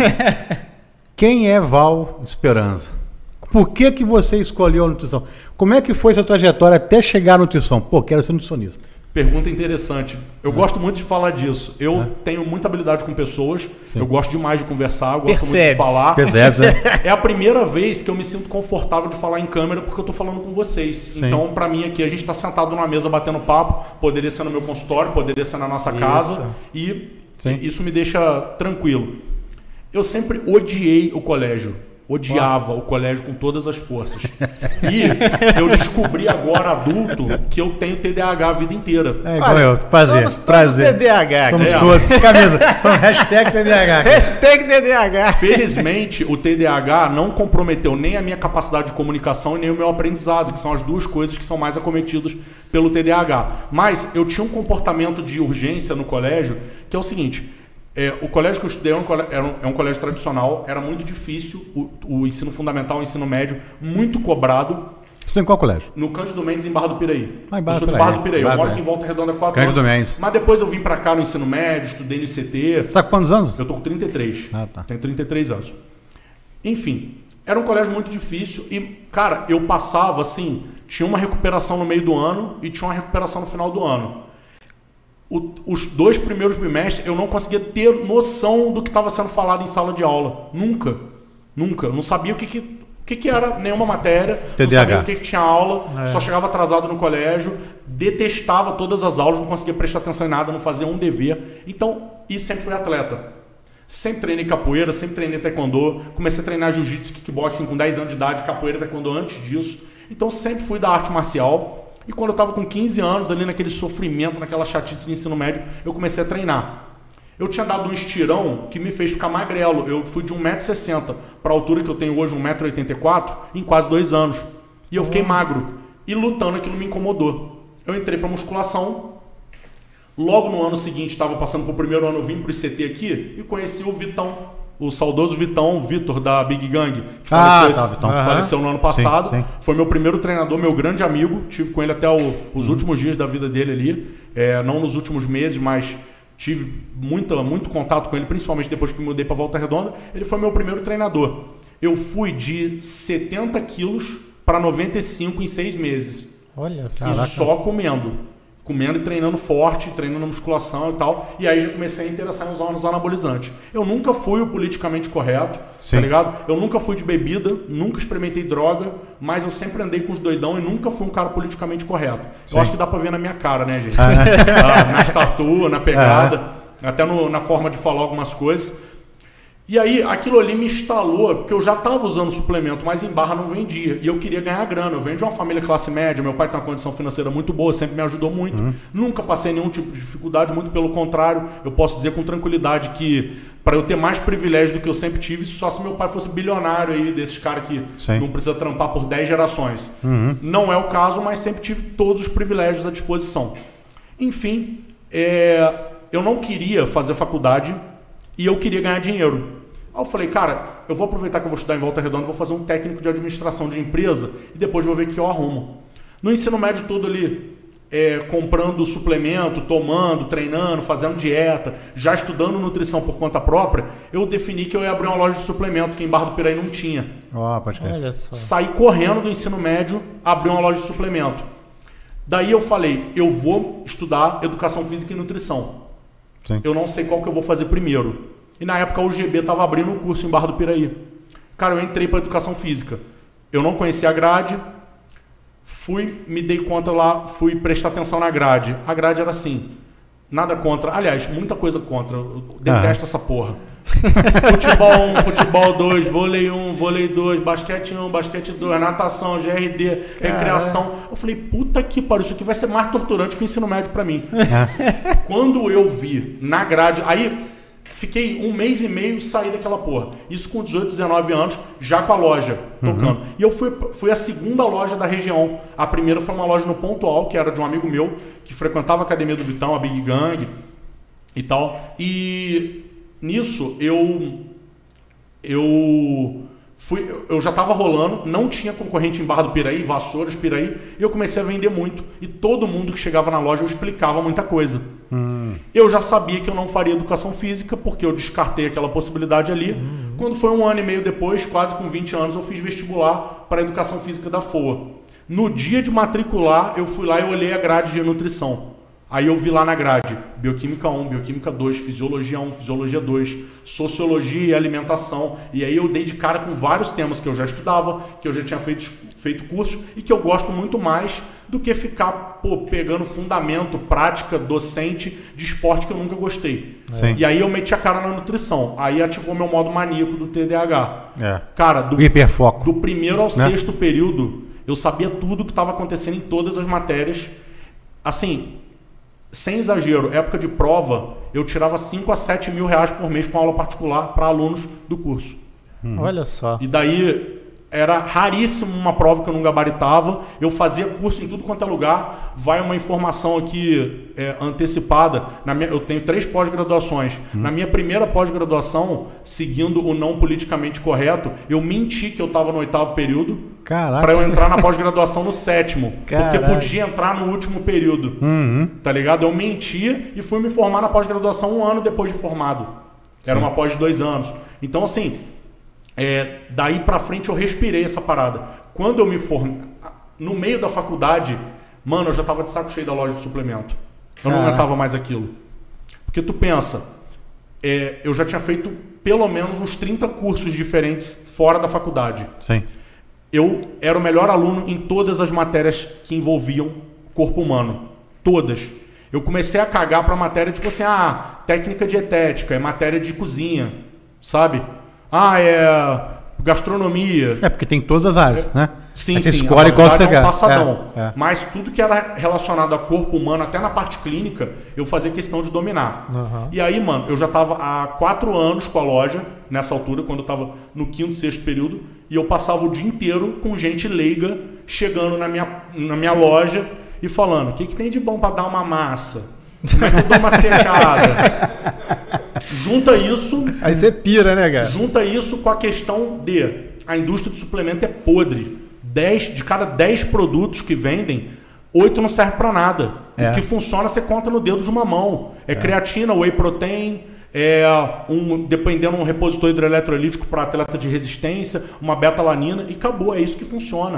Quem é Val Esperança? Por que, que você escolheu a nutrição? Como é que foi essa trajetória até chegar à nutrição? Pô, quero ser nutricionista. Pergunta interessante. Eu gosto muito de falar disso. Eu É. tenho muita habilidade com pessoas. Sim. Eu gosto demais de conversar. Eu gosto muito de Percebe-se. falar. Percebe, né? É a primeira vez que eu me sinto confortável de falar em câmera porque eu tô falando com vocês. Sim. Então, pra mim aqui, a gente tá sentado numa mesa batendo papo. Poderia ser no meu consultório, poderia ser na nossa casa. E Sim. isso me deixa tranquilo. Eu sempre odiei o colégio. Odiava o colégio com todas as forças. E eu descobri agora, adulto, que eu tenho T D A H a vida inteira. É igual eu. Prazer. Somos todos prazer. T D A H. Somos É. todos. Camisa. Somos hashtag T D A H. Hashtag T D A H. Felizmente, o T D A H não comprometeu nem a minha capacidade de comunicação e nem o meu aprendizado, que são as duas coisas que são mais acometidas pelo T D A H. Mas eu tinha um comportamento de urgência no colégio, que é o seguinte: é, o colégio que eu estudei era um, colégio, era um, é um colégio tradicional, era muito difícil, o, o ensino fundamental, o ensino médio, muito cobrado. Você em qual colégio? No Cândido Mendes, em Barra do Piraí. Ah, em Barra eu sou do de Barra Piraí. do Piraí. Eu Barra do moro aqui em Piraí. Volta Redonda há quatro Cândido anos. Mendes. Mas depois eu vim pra cá no ensino médio, estudei no I C T. Você tá com quantos anos? Eu tô com trinta e três. Ah, tá. Tenho trinta e três anos. Enfim, era um colégio muito difícil e, cara, eu passava assim, tinha uma recuperação no meio do ano e tinha uma recuperação no final do ano. O- os dois primeiros bimestres eu não conseguia ter noção do que estava sendo falado em sala de aula. Nunca. Nunca. Eu não sabia o que, que, o que, que era nenhuma matéria. T D A H. Não sabia o que, que tinha aula. É. Só chegava atrasado no colégio. Detestava todas as aulas. Não conseguia prestar atenção em nada. Não fazia um dever. Então, e sempre fui atleta. Sempre treinei capoeira, sempre treinei taekwondo. Comecei a treinar jiu-jitsu, kickboxing com dez anos de idade, capoeira, taekwondo antes disso. Então sempre fui da arte marcial. E quando eu estava com quinze anos, ali naquele sofrimento, naquela chatice de ensino médio, eu comecei a treinar. Eu tinha dado um estirão que me fez ficar magrelo. Eu fui de um metro e sessenta para a altura que eu tenho hoje, um metro e oitenta e quatro, em quase dois anos. E eu fiquei magro. E lutando aquilo me incomodou. Eu entrei para musculação. Logo no ano seguinte, estava passando para o primeiro ano, eu vim para o I C T aqui e conheci o Vitão, o saudoso Vitão, Vitor da Big Gang, que Ah, faleceu, tá, esse- Vitão. faleceu no ano passado. Sim, sim. Foi meu primeiro treinador, meu grande amigo. Tive com ele até o- os últimos dias da vida dele ali. É, não nos últimos meses, mas tive muita, muito contato com ele, principalmente depois que me mudei para Volta Redonda. Ele foi meu primeiro treinador. Eu fui de setenta quilos para noventa e cinco em seis meses. Olha só. Caraca. E só comendo. Comendo e treinando forte, treinando musculação e tal. E aí já comecei a interessar nos nos anabolizantes. Eu nunca fui o politicamente correto, Sim. tá ligado? Eu nunca fui de bebida, nunca experimentei droga, mas eu sempre andei com os doidão e nunca fui um cara politicamente correto. Sim. Eu acho que dá pra ver na minha cara, né, gente? Ah, na estatua, na pegada, até no- na forma de falar algumas coisas. E aí, aquilo ali me instalou, porque eu já estava usando suplemento, mas em Barra não vendia. E eu queria ganhar grana. Eu venho de uma família classe média, meu pai tem uma condição financeira muito boa, sempre me ajudou muito. Nunca passei nenhum tipo de dificuldade, muito pelo contrário. Eu posso dizer com tranquilidade que, para eu ter mais privilégio do que eu sempre tive, só se meu pai fosse bilionário aí, desses caras que Sim. não precisa trampar por dez gerações. Não é o caso, mas sempre tive todos os privilégios à disposição. Enfim, é, eu não queria fazer faculdade e eu queria ganhar dinheiro. Aí eu falei, cara, eu vou aproveitar que eu vou estudar em Volta Redonda, vou fazer um técnico de administração de empresa e depois vou ver o que eu arrumo. No ensino médio todo ali, é, comprando suplemento, tomando, treinando, fazendo dieta, já estudando nutrição por conta própria, eu defini que eu ia abrir uma loja de suplemento que em Barra do Piraí não tinha. Ó, pode crer. Olha só. Saí correndo do ensino médio, abri uma loja de suplemento. Daí eu falei, eu vou estudar educação física e nutrição. Sim. Eu não sei qual que eu vou fazer primeiro. E na época o U G B estava abrindo um curso em Barra do Piraí. Cara, eu entrei para educação física. Eu não conhecia a grade, fui, me dei conta lá, fui prestar atenção na grade. A grade era assim, nada contra. Aliás, muita coisa contra. Eu detesto ah. essa porra. Futebol um, futebol dois, vôlei um, vôlei dois, basquete um, basquete dois, natação, G R D, Caramba. recreação. Eu falei, puta que pariu, isso aqui vai ser mais torturante que o ensino médio pra mim. É. Quando eu vi na grade, aí fiquei um mês e meio e saí daquela porra. Isso com dezoito, dezenove anos, já com a loja tocando. Uhum. E eu fui, fui a segunda loja da região. A primeira foi uma loja no Pontual, que era de um amigo meu, que frequentava a academia do Vitão, a Big Gang e tal. E nisso, eu, eu, fui, eu já estava rolando, não tinha concorrente em Barra do Piraí, Vassouras, Piraí, e eu comecei a vender muito. E todo mundo que chegava na loja eu explicava muita coisa. Hum. Eu já sabia que eu não faria educação física, porque eu descartei aquela possibilidade ali. Hum. Quando foi um ano e meio depois, quase com vinte anos, eu fiz vestibular para educação física da F O A. No dia de matricular, eu fui lá e olhei a grade de nutrição. Aí eu vi lá na grade, Bioquímica um, Bioquímica dois, Fisiologia um, Fisiologia dois, Sociologia e Alimentação. E aí eu dei de cara com vários temas que eu já estudava, que eu já tinha feito, feito curso e que eu gosto muito mais do que ficar pô, pegando fundamento, prática, docente de esporte que eu nunca gostei. Sim. E aí eu meti a cara na nutrição. Aí ativou meu modo maníaco do T D A H. É. Cara, do, o hiperfoco. Do primeiro ao né? sexto período, eu sabia tudo o que estava acontecendo em todas as matérias. Assim... Sem exagero, época de prova, eu tirava cinco a sete mil reais por mês com aula particular para alunos do curso. Hum. Olha só. E daí era raríssimo uma prova que eu não gabaritava. Eu fazia curso em tudo quanto é lugar. Vai uma informação aqui é, antecipada. Na minha, eu tenho três pós-graduações. Hum. Na minha primeira pós-graduação, seguindo o não politicamente correto, eu menti que eu estava no oitavo período. Para eu entrar na pós-graduação no sétimo. Caraca. Porque podia entrar no último período. Uhum. Tá ligado? Eu menti e fui me formar na pós-graduação um ano depois de formado. Era Sim. uma pós de dois anos. Então, assim, é, daí pra frente eu respirei essa parada. Quando eu me formei, no meio da faculdade, mano, eu já tava de saco cheio da loja de suplemento. Eu não aguentava mais aquilo. Porque tu pensa, é, eu já tinha feito pelo menos uns trinta cursos diferentes fora da faculdade. Sim. Eu era o melhor aluno em todas as matérias que envolviam corpo humano. Todas. Eu comecei a cagar pra matéria tipo assim, ah, técnica dietética, é matéria de cozinha, sabe? Ah, é gastronomia. É, porque tem todas as áreas, é, né? Sim, Aí você sim. escolhe qual que você quer. É um passadão. É, é. Mas tudo que era relacionado a corpo humano, até na parte clínica, eu fazia questão de dominar. Uhum. E aí, mano, eu já tava há quatro anos com a loja, nessa altura, quando eu tava no quinto, sexto período, e eu passava o dia inteiro com gente leiga chegando na minha, na minha loja e falando, o que, que tem de bom para dar uma massa? Como é que eu dou uma secada? Junta isso... Aí você pira, né, cara? Junta isso com a questão de a indústria de suplemento é podre. dez, de cada dez produtos que vendem, oito não serve para nada. É. O que funciona, você conta no dedo de uma mão. É, é. creatina, whey protein... É um, dependendo um repositor hidroeletrolítico para atleta de resistência, uma beta-alanina e acabou, é isso que funciona.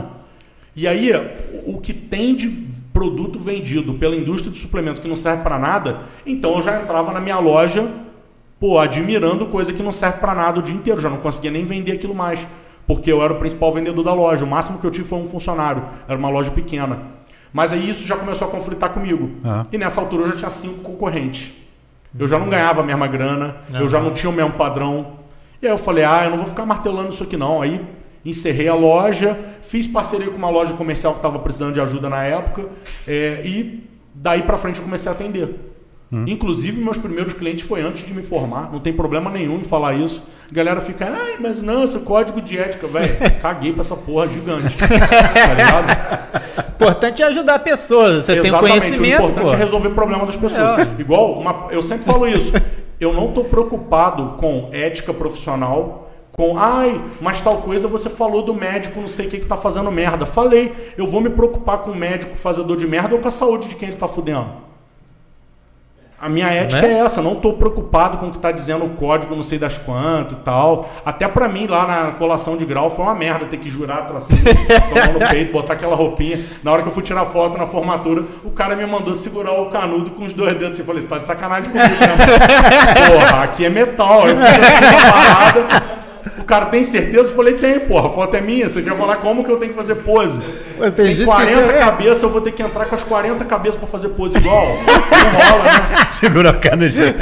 E aí, o que tem de produto vendido pela indústria de suplemento que não serve para nada, então eu já entrava na minha loja, pô, admirando coisa que não serve para nada o dia inteiro, já não conseguia nem vender aquilo mais, porque eu era o principal vendedor da loja, o máximo que eu tive foi um funcionário, era uma loja pequena. Mas aí isso já começou a conflitar comigo. Uhum. E nessa altura eu já tinha cinco concorrentes. Eu já não ganhava a mesma grana, uhum. eu já não tinha o mesmo padrão. E aí eu falei, ah, eu não vou ficar martelando isso aqui não. Aí encerrei a loja, fiz parceria com uma loja comercial que estava precisando de ajuda na época, é, e daí pra frente eu comecei a atender. Hum. Inclusive, meus primeiros clientes foi antes de me formar, não tem problema nenhum em falar isso. A galera fica, ai, mas não, esse código de ética, velho, caguei pra essa porra gigante. Tá ligado? Importante é ajudar pessoas, você Exatamente, tem conhecimento. O importante pô. é resolver o problema das pessoas. É. Igual, uma, eu sempre falo isso, eu não tô preocupado com ética profissional, Com, ai, mas tal coisa você falou do médico não sei o que que tá fazendo merda. Falei, eu vou me preocupar com o médico fazedor de merda ou com a saúde de quem ele tá fudendo? A minha ética Né? é essa, não tô preocupado com o que tá dizendo o código não sei das quanto e tal. Até pra mim, lá na colação de grau, foi uma merda ter que jurar tracinho, tomar no peito, botar aquela roupinha. Na hora que eu fui tirar foto na formatura, o cara me mandou segurar o canudo com os dois dedos. Eu falei, você tá de sacanagem comigo, né? Porra, aqui é metal. Eu fui assim, parada. O cara tem certeza? Eu falei, tem, porra, a foto é minha. Você quer falar como que eu tenho que fazer pose? Tem Tem gente que quarenta quer- cabeças, eu vou ter que entrar com as quarenta cabeças pra fazer pose igual. Não rola, né? Segura a cada jeito.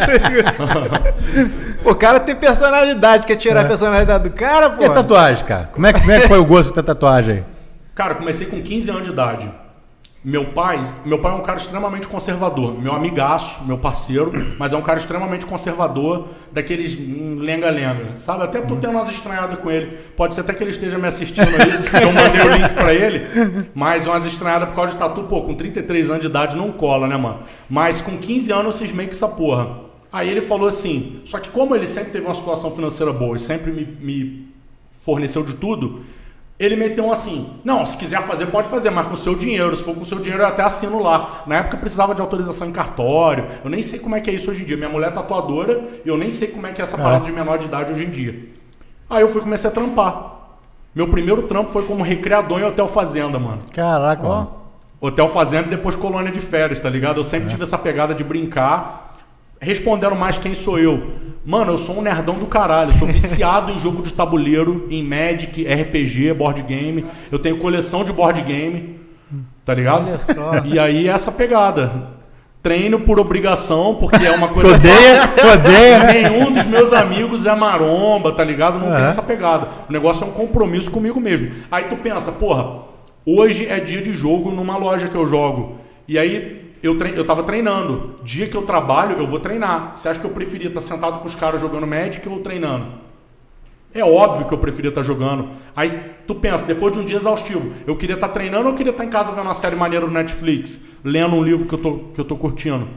O cara tem personalidade, quer tirar a personalidade do cara, pô. E a tatuagem, cara? Como é, que, como é que foi o gosto da tatuagem aí? Cara, eu comecei com quinze anos de idade. Meu pai, meu pai é um cara extremamente conservador. Meu amigaço, meu parceiro, mas é um cara extremamente conservador, daqueles hum, lenga-lenga. Sabe? Até tô tendo umas estranhadas com ele. Pode ser até que ele esteja me assistindo aí. Eu mandei o link pra ele. Mas umas estranhadas por causa de tatu, pô, com trinta e três anos de idade não cola, né, mano? Mas com quinze anos eu cismei com essa porra. Aí ele falou assim, só que como ele sempre teve uma situação financeira boa e sempre me, me forneceu de tudo, ele meteu um assim, não, se quiser fazer, pode fazer, mas com o seu dinheiro. Se for com o seu dinheiro, eu até assino lá. Na época eu precisava de autorização em cartório. Eu nem sei como é que é isso hoje em dia. Minha mulher é tatuadora e eu nem sei como é que é essa parada de menor de idade hoje em dia. Aí eu fui comecei a trampar. Meu primeiro trampo foi como recreador em Hotel Fazenda, mano. Caraca, Ó. mano. Hotel Fazenda e depois colônia de férias, tá ligado? Eu sempre tive essa pegada de brincar. Respondendo mais quem sou eu. Mano, eu sou um nerdão do caralho. Sou viciado em jogo de tabuleiro, em Magic, R P G, board game. Eu tenho coleção de board game, tá ligado? Olha só. E aí essa pegada. Treino por obrigação, porque é uma coisa... Odeia, odeia, né? Nenhum dos meus amigos é maromba, tá ligado? Não É. tem essa pegada. O negócio é um compromisso comigo mesmo. Aí tu pensa, porra, hoje é dia de jogo numa loja que eu jogo. E aí eu, tre... eu tava treinando. Dia que eu trabalho, eu vou treinar. Você acha que eu preferia estar sentado com os caras jogando Magic ou treinando? É óbvio que eu preferia estar jogando. Aí tu pensa, depois de um dia exaustivo, eu queria estar treinando ou eu queria estar em casa vendo uma série maneira no Netflix, lendo um livro que eu tô, que eu tô curtindo?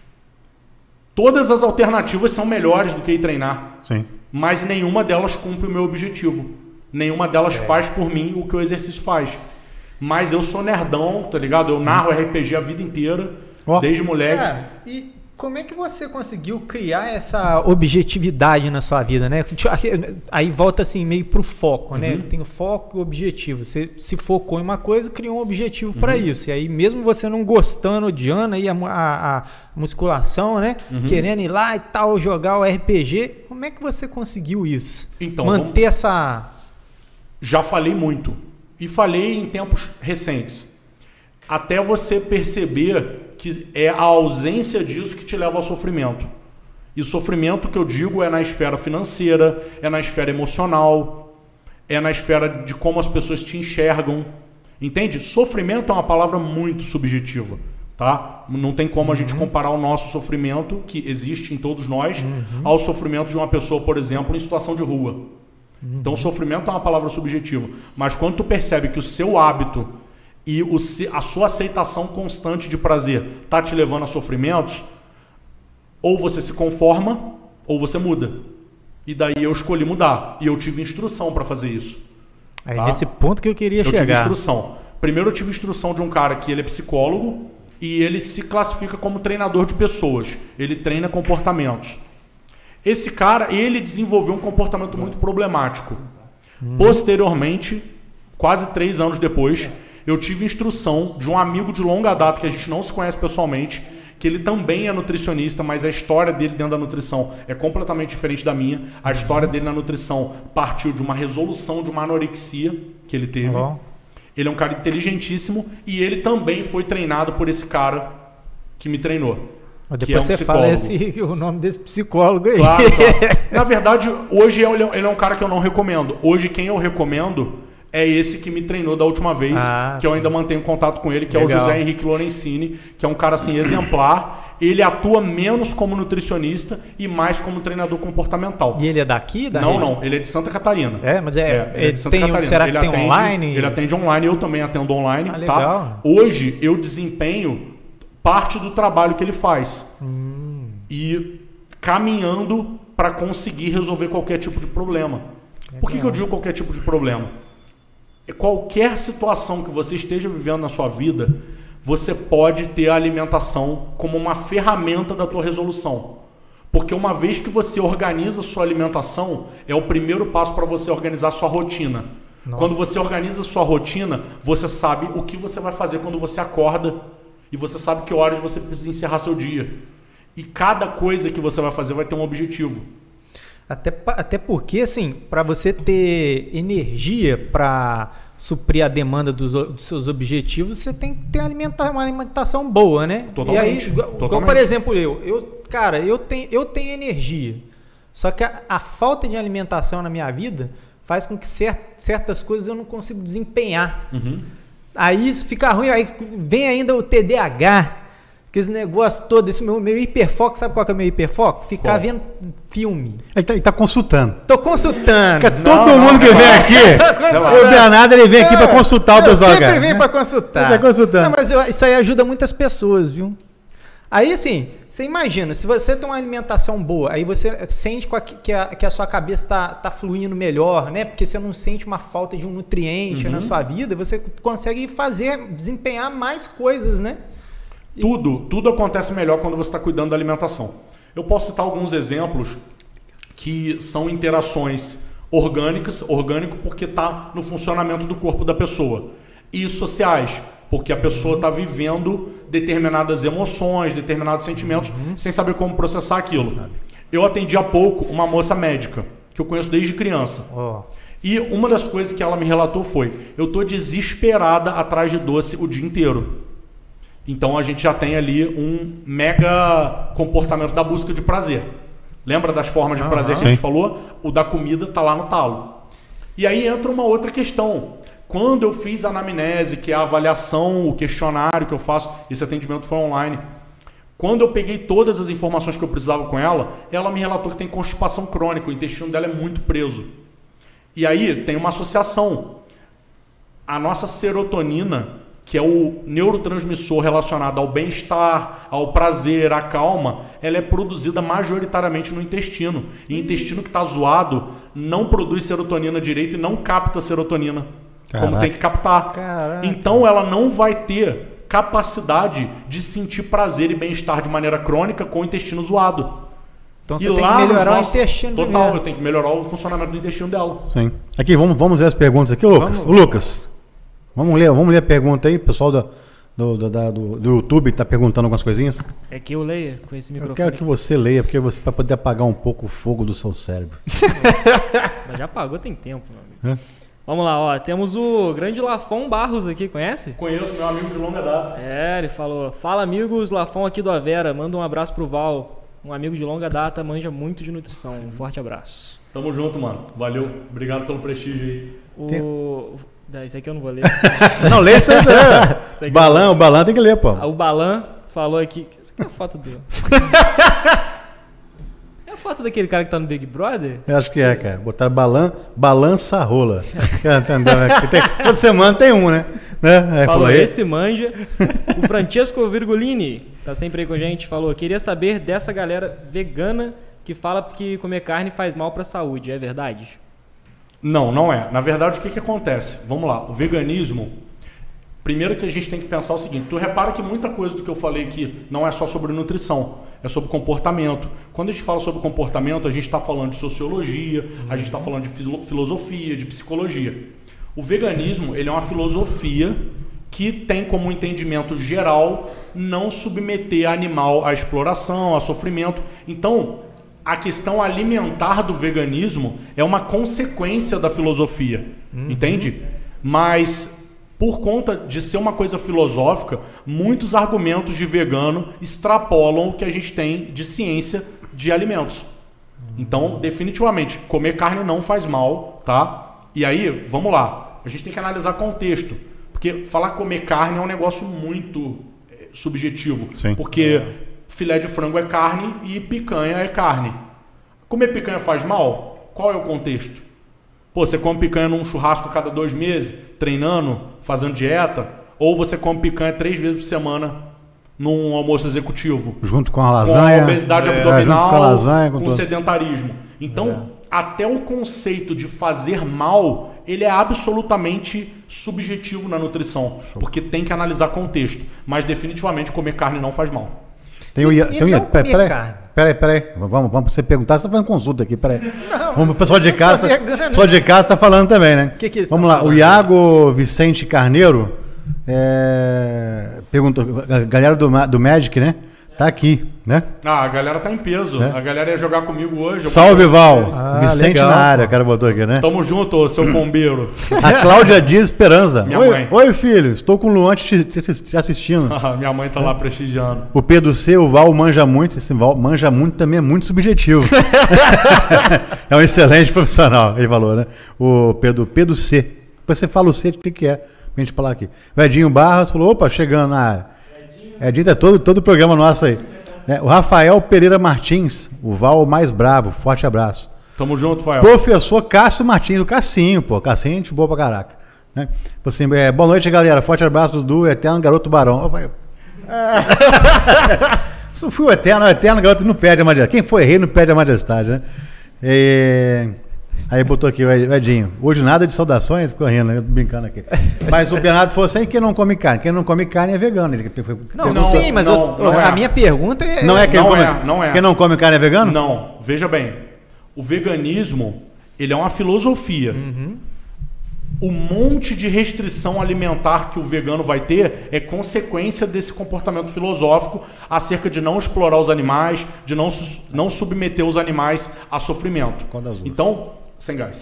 Todas as alternativas são melhores do que ir treinar. Sim. Mas nenhuma delas cumpre o meu objetivo. Nenhuma delas É. faz por mim o que o exercício faz. Mas eu sou nerdão, tá ligado? Eu narro R P G a vida inteira, Ó. desde moleque. Cara, e como é que você conseguiu criar essa objetividade na sua vida, né? Aí volta assim meio pro foco, né? Uhum. Tem o foco e o objetivo. Você se focou em uma coisa, criou um objetivo Uhum. para isso. E aí mesmo você não gostando, odiando aí a, a, a musculação, né? Uhum. Querendo ir lá e tal, jogar o R P G, como é que você conseguiu isso? Então, manter essa... Já falei muito. E falei em tempos recentes. Até você perceber que é a ausência disso que te leva ao sofrimento. E o sofrimento que eu digo é na esfera financeira, é na esfera emocional, é na esfera de como as pessoas te enxergam. Entende? Sofrimento é uma palavra muito subjetiva. Tá? Não tem como a gente comparar o nosso sofrimento, que existe em todos nós, ao sofrimento de uma pessoa, por exemplo, em situação de rua. Então, sofrimento é uma palavra subjetiva. Mas quando tu percebe que o seu hábito e o, a sua aceitação constante de prazer tá te levando a sofrimentos, ou você se conforma, ou você muda. E daí eu escolhi mudar. E eu tive instrução para fazer isso. Aí Tá? nesse ponto que eu queria Eu tive chegar. instrução. Primeiro eu tive instrução de um cara que ele é psicólogo e ele se classifica como treinador de pessoas. Ele treina comportamentos. Esse cara, ele desenvolveu um comportamento muito problemático. Posteriormente, quase três anos depois, eu tive instrução de um amigo de longa data que a gente não se conhece pessoalmente, que ele também é nutricionista, mas a história dele dentro da nutrição é completamente diferente da minha. A história dele na nutrição partiu de uma resolução de uma anorexia que ele teve. Ó. Ele é um cara inteligentíssimo e ele também foi treinado por esse cara que me treinou. Mas que depois é um você fala psicólogo. esse, o nome desse psicólogo aí. Claro, claro. Na verdade, hoje ele é um cara que eu não recomendo. Hoje quem eu recomendo é esse que me treinou da última vez, Ah, que eu sim. ainda mantenho contato com ele, que Legal. é o José Henrique Lorenzini, que é um cara assim exemplar. Ele atua menos como nutricionista e mais como treinador comportamental. E ele é daqui? Da Não, região? não, ele é de Santa Catarina. É, mas é, É, ele é ele de Santa tem, Catarina. será que Ele tem atende- online? Ele atende online, eu também atendo online. Ah, Tá? legal. Hoje eu desempenho parte do trabalho que ele faz. Hum. E caminhando para conseguir resolver qualquer tipo de problema. Por que, que eu digo qualquer tipo de problema? Qualquer situação que você esteja vivendo na sua vida, você pode ter a alimentação como uma ferramenta da tua resolução. Porque uma vez que você organiza a sua alimentação, é o primeiro passo para você organizar a sua rotina. Nossa. Quando você organiza a sua rotina, você sabe o que você vai fazer quando você acorda e você sabe que horas você precisa encerrar seu dia. E cada coisa que você vai fazer vai ter um objetivo. Até, até porque, assim, para você ter energia para suprir a demanda dos, dos seus objetivos, você tem que ter alimenta, uma alimentação boa, né? Totalmente. E aí, igual, Totalmente. igual, por exemplo, eu, eu cara, eu tenho, eu tenho energia. Só que a, a falta de alimentação na minha vida faz com que cert, certas coisas eu não consigo desempenhar. Uhum. Aí isso fica ruim, aí vem ainda o T D A H, que esse negócio todo, esse meu, meu hiperfoco, sabe qual que é o meu hiperfoco? Ficar Qual? vendo filme. Ele tá, ele tá consultando. Tô consultando. Porque todo não, mundo não, que não, vem não. aqui, Não, o Bernardo, ele vem aqui pra consultar o eu pessoal. sempre cara. vem pra consultar. Ele tá consultando. Não, mas eu- isso aí ajuda muitas pessoas, viu? Aí, assim, você imagina, se você tem uma alimentação boa, aí você sente com a- que, a, que a sua cabeça tá, tá fluindo melhor, né? Porque você não sente uma falta de um nutriente Uhum. na sua vida, você consegue fazer, desempenhar mais coisas, né? Tudo, tudo acontece melhor quando você está cuidando da alimentação. Eu posso citar alguns exemplos que são interações orgânicas, orgânico porque está no funcionamento do corpo da pessoa, e sociais, porque a pessoa está vivendo determinadas emoções, determinados sentimentos, Uhum. sem saber como processar aquilo. Eu atendi há pouco uma moça médica, que eu conheço desde criança. Ó, E uma das coisas que ela me relatou foi: eu tô desesperada atrás de doce o dia inteiro. Então a gente já tem ali um mega comportamento da busca de prazer. Lembra das formas de Aham. prazer que a gente Sim. falou? O da comida tá lá no talo. E aí entra uma outra questão. Quando eu fiz a anamnese, que é a avaliação, o questionário que eu faço, esse atendimento foi online. Quando eu peguei todas as informações que eu precisava com ela, ela me relatou que tem constipação crônica, o intestino dela é muito preso. E aí tem uma associação. A nossa serotonina, que é o neurotransmissor relacionado ao bem-estar, ao prazer, à calma, ela é produzida majoritariamente no intestino. E o intestino que está zoado não produz serotonina direito e não capta serotonina como Caraca. tem que captar. Caraca. Então ela não vai ter capacidade de sentir prazer e bem-estar de maneira crônica com o intestino zoado. então E você tem que lá nos melhorar nossos- o intestino Total, primeiro. eu tenho que melhorar o funcionamento do intestino dela. Sim. Aqui, vamos, vamos ver as perguntas aqui, Lucas. Vamos. Ô, Lucas, vamos ler, vamos ler a pergunta aí, pessoal do, do, do, da- do, do YouTube que tá perguntando algumas coisinhas. É que eu leia com esse Eu microfone. quero que você leia, porque você para poder apagar um pouco o fogo do seu cérebro. Mas já apagou tem tempo, meu amigo. É? Vamos lá, ó. Temos o grande Lafon Barros aqui, conhece? Conheço meu amigo de longa data. É, ele falou: fala amigos, Lafon aqui do Avera, manda um abraço pro Val. Um amigo de longa data, manja muito de nutrição. Um forte abraço. Tamo junto, mano. Valeu. Obrigado pelo prestígio aí. O. Não, esse aqui eu não vou ler. Não, lê isso aí. né? Esse aqui Balan, o Balan tem que ler, pô. Ah, O Balan falou aqui. Essa aqui é a foto dele. É a foto daquele cara que tá no Big Brother? Eu acho que é, cara. Botaram balan, balança rola. Cara, entendeu? Tem- Toda semana tem um, né? né? Aí Falou, falou, esse manja. O Francesco Virgulini, tá sempre aí com a gente, falou: queria saber dessa galera vegana que fala que comer carne faz mal pra saúde. É verdade? Não, não é. Na verdade, o que, que acontece? Vamos lá. O veganismo, primeiro que a gente tem que pensar o seguinte: tu repara que muita coisa do que eu falei aqui não é só sobre nutrição, é sobre comportamento. Quando a gente fala sobre comportamento, a gente está falando de sociologia, a gente está falando de filo- filosofia, de psicologia. O veganismo, ele é uma filosofia que tem como entendimento geral não submeter animal à exploração, a sofrimento. Então, a questão alimentar do veganismo é uma consequência da filosofia, entende? Mas, por conta de ser uma coisa filosófica, muitos argumentos de vegano extrapolam o que a gente tem de ciência de alimentos. Então, definitivamente, comer carne não faz mal, tá? E aí, vamos lá, a gente tem que analisar contexto, porque falar comer carne é um negócio muito eh, subjetivo, Sim. porque filé de frango é carne e picanha é carne. Comer picanha faz mal? Qual é o contexto? Pô, você come picanha num churrasco a cada dois meses, treinando, fazendo dieta, ou você come picanha três vezes por semana num almoço executivo? Junto com a Com lasanha. a obesidade é, abdominal, junto com a lasanha, com com tudo. sedentarismo. Então, até o conceito de fazer mal, ele é absolutamente subjetivo na nutrição, Show. Porque tem que analisar contexto. Mas definitivamente comer carne não faz mal. Tem o, e, tem e o, não peraí, comer peraí, carne. Peraí, peraí. Vamos, vamos você perguntar. Você está fazendo consulta aqui, peraí. Não, vamos, o pessoal de casa. O pessoal de casa está falando também, né? Que que vamos lá. Falando? O Iago Vicente Carneiro é, perguntou. A galera do, do Magic, né? Tá aqui, né? Ah, a galera tá em peso. É? A galera ia jogar comigo hoje. Salve, Val. Ah, Vicente legal, na área, o cara botou aqui, né? Tamo junto, seu bombeiro. A Cláudia Dias Esperança. Minha Oi, mãe. Oi, filho. Estou com o Luan te, te, te assistindo. Minha mãe tá lá prestigiando. O Pedro C, o Val manja muito. Esse Val manja muito também é muito subjetivo. É um excelente profissional, ele falou, né? O Pedro, Pedro C. Depois você fala o C, o que, que é? Pra gente falar aqui. O Edinho Barras falou, opa, chegando na área. Edinho é todo, todo o programa nosso aí. É, o Rafael Pereira Martins, o Val mais bravo, forte abraço. Tamo junto, Fael. Professor Cássio Martins, o Cassinho, pô, Cassinho, gente boa pra caraca. Né? Assim, é, boa noite, galera, forte abraço, Dudu, eterno garoto barão. Oh, vai... Só fui o eterno, o eterno garoto não perde a majestade. Quem foi rei não perde a majestade, né? E... Aí botou aqui o Edinho. Hoje nada de saudações, correndo, né? Brincando aqui. Mas o Bernardo falou assim: quem não come carne? Quem não come carne é vegano. Ele, não, não, sim, mas não, eu, não a é. minha pergunta é. Não é quem, não come, é, não é. quem não come carne é vegano? Não, veja bem. O veganismo, ele é uma filosofia. Uhum. O monte de restrição alimentar que o vegano vai ter é consequência desse comportamento filosófico acerca de não explorar os animais, de não, não submeter os animais a sofrimento. Qual das duas? Então, sem gás.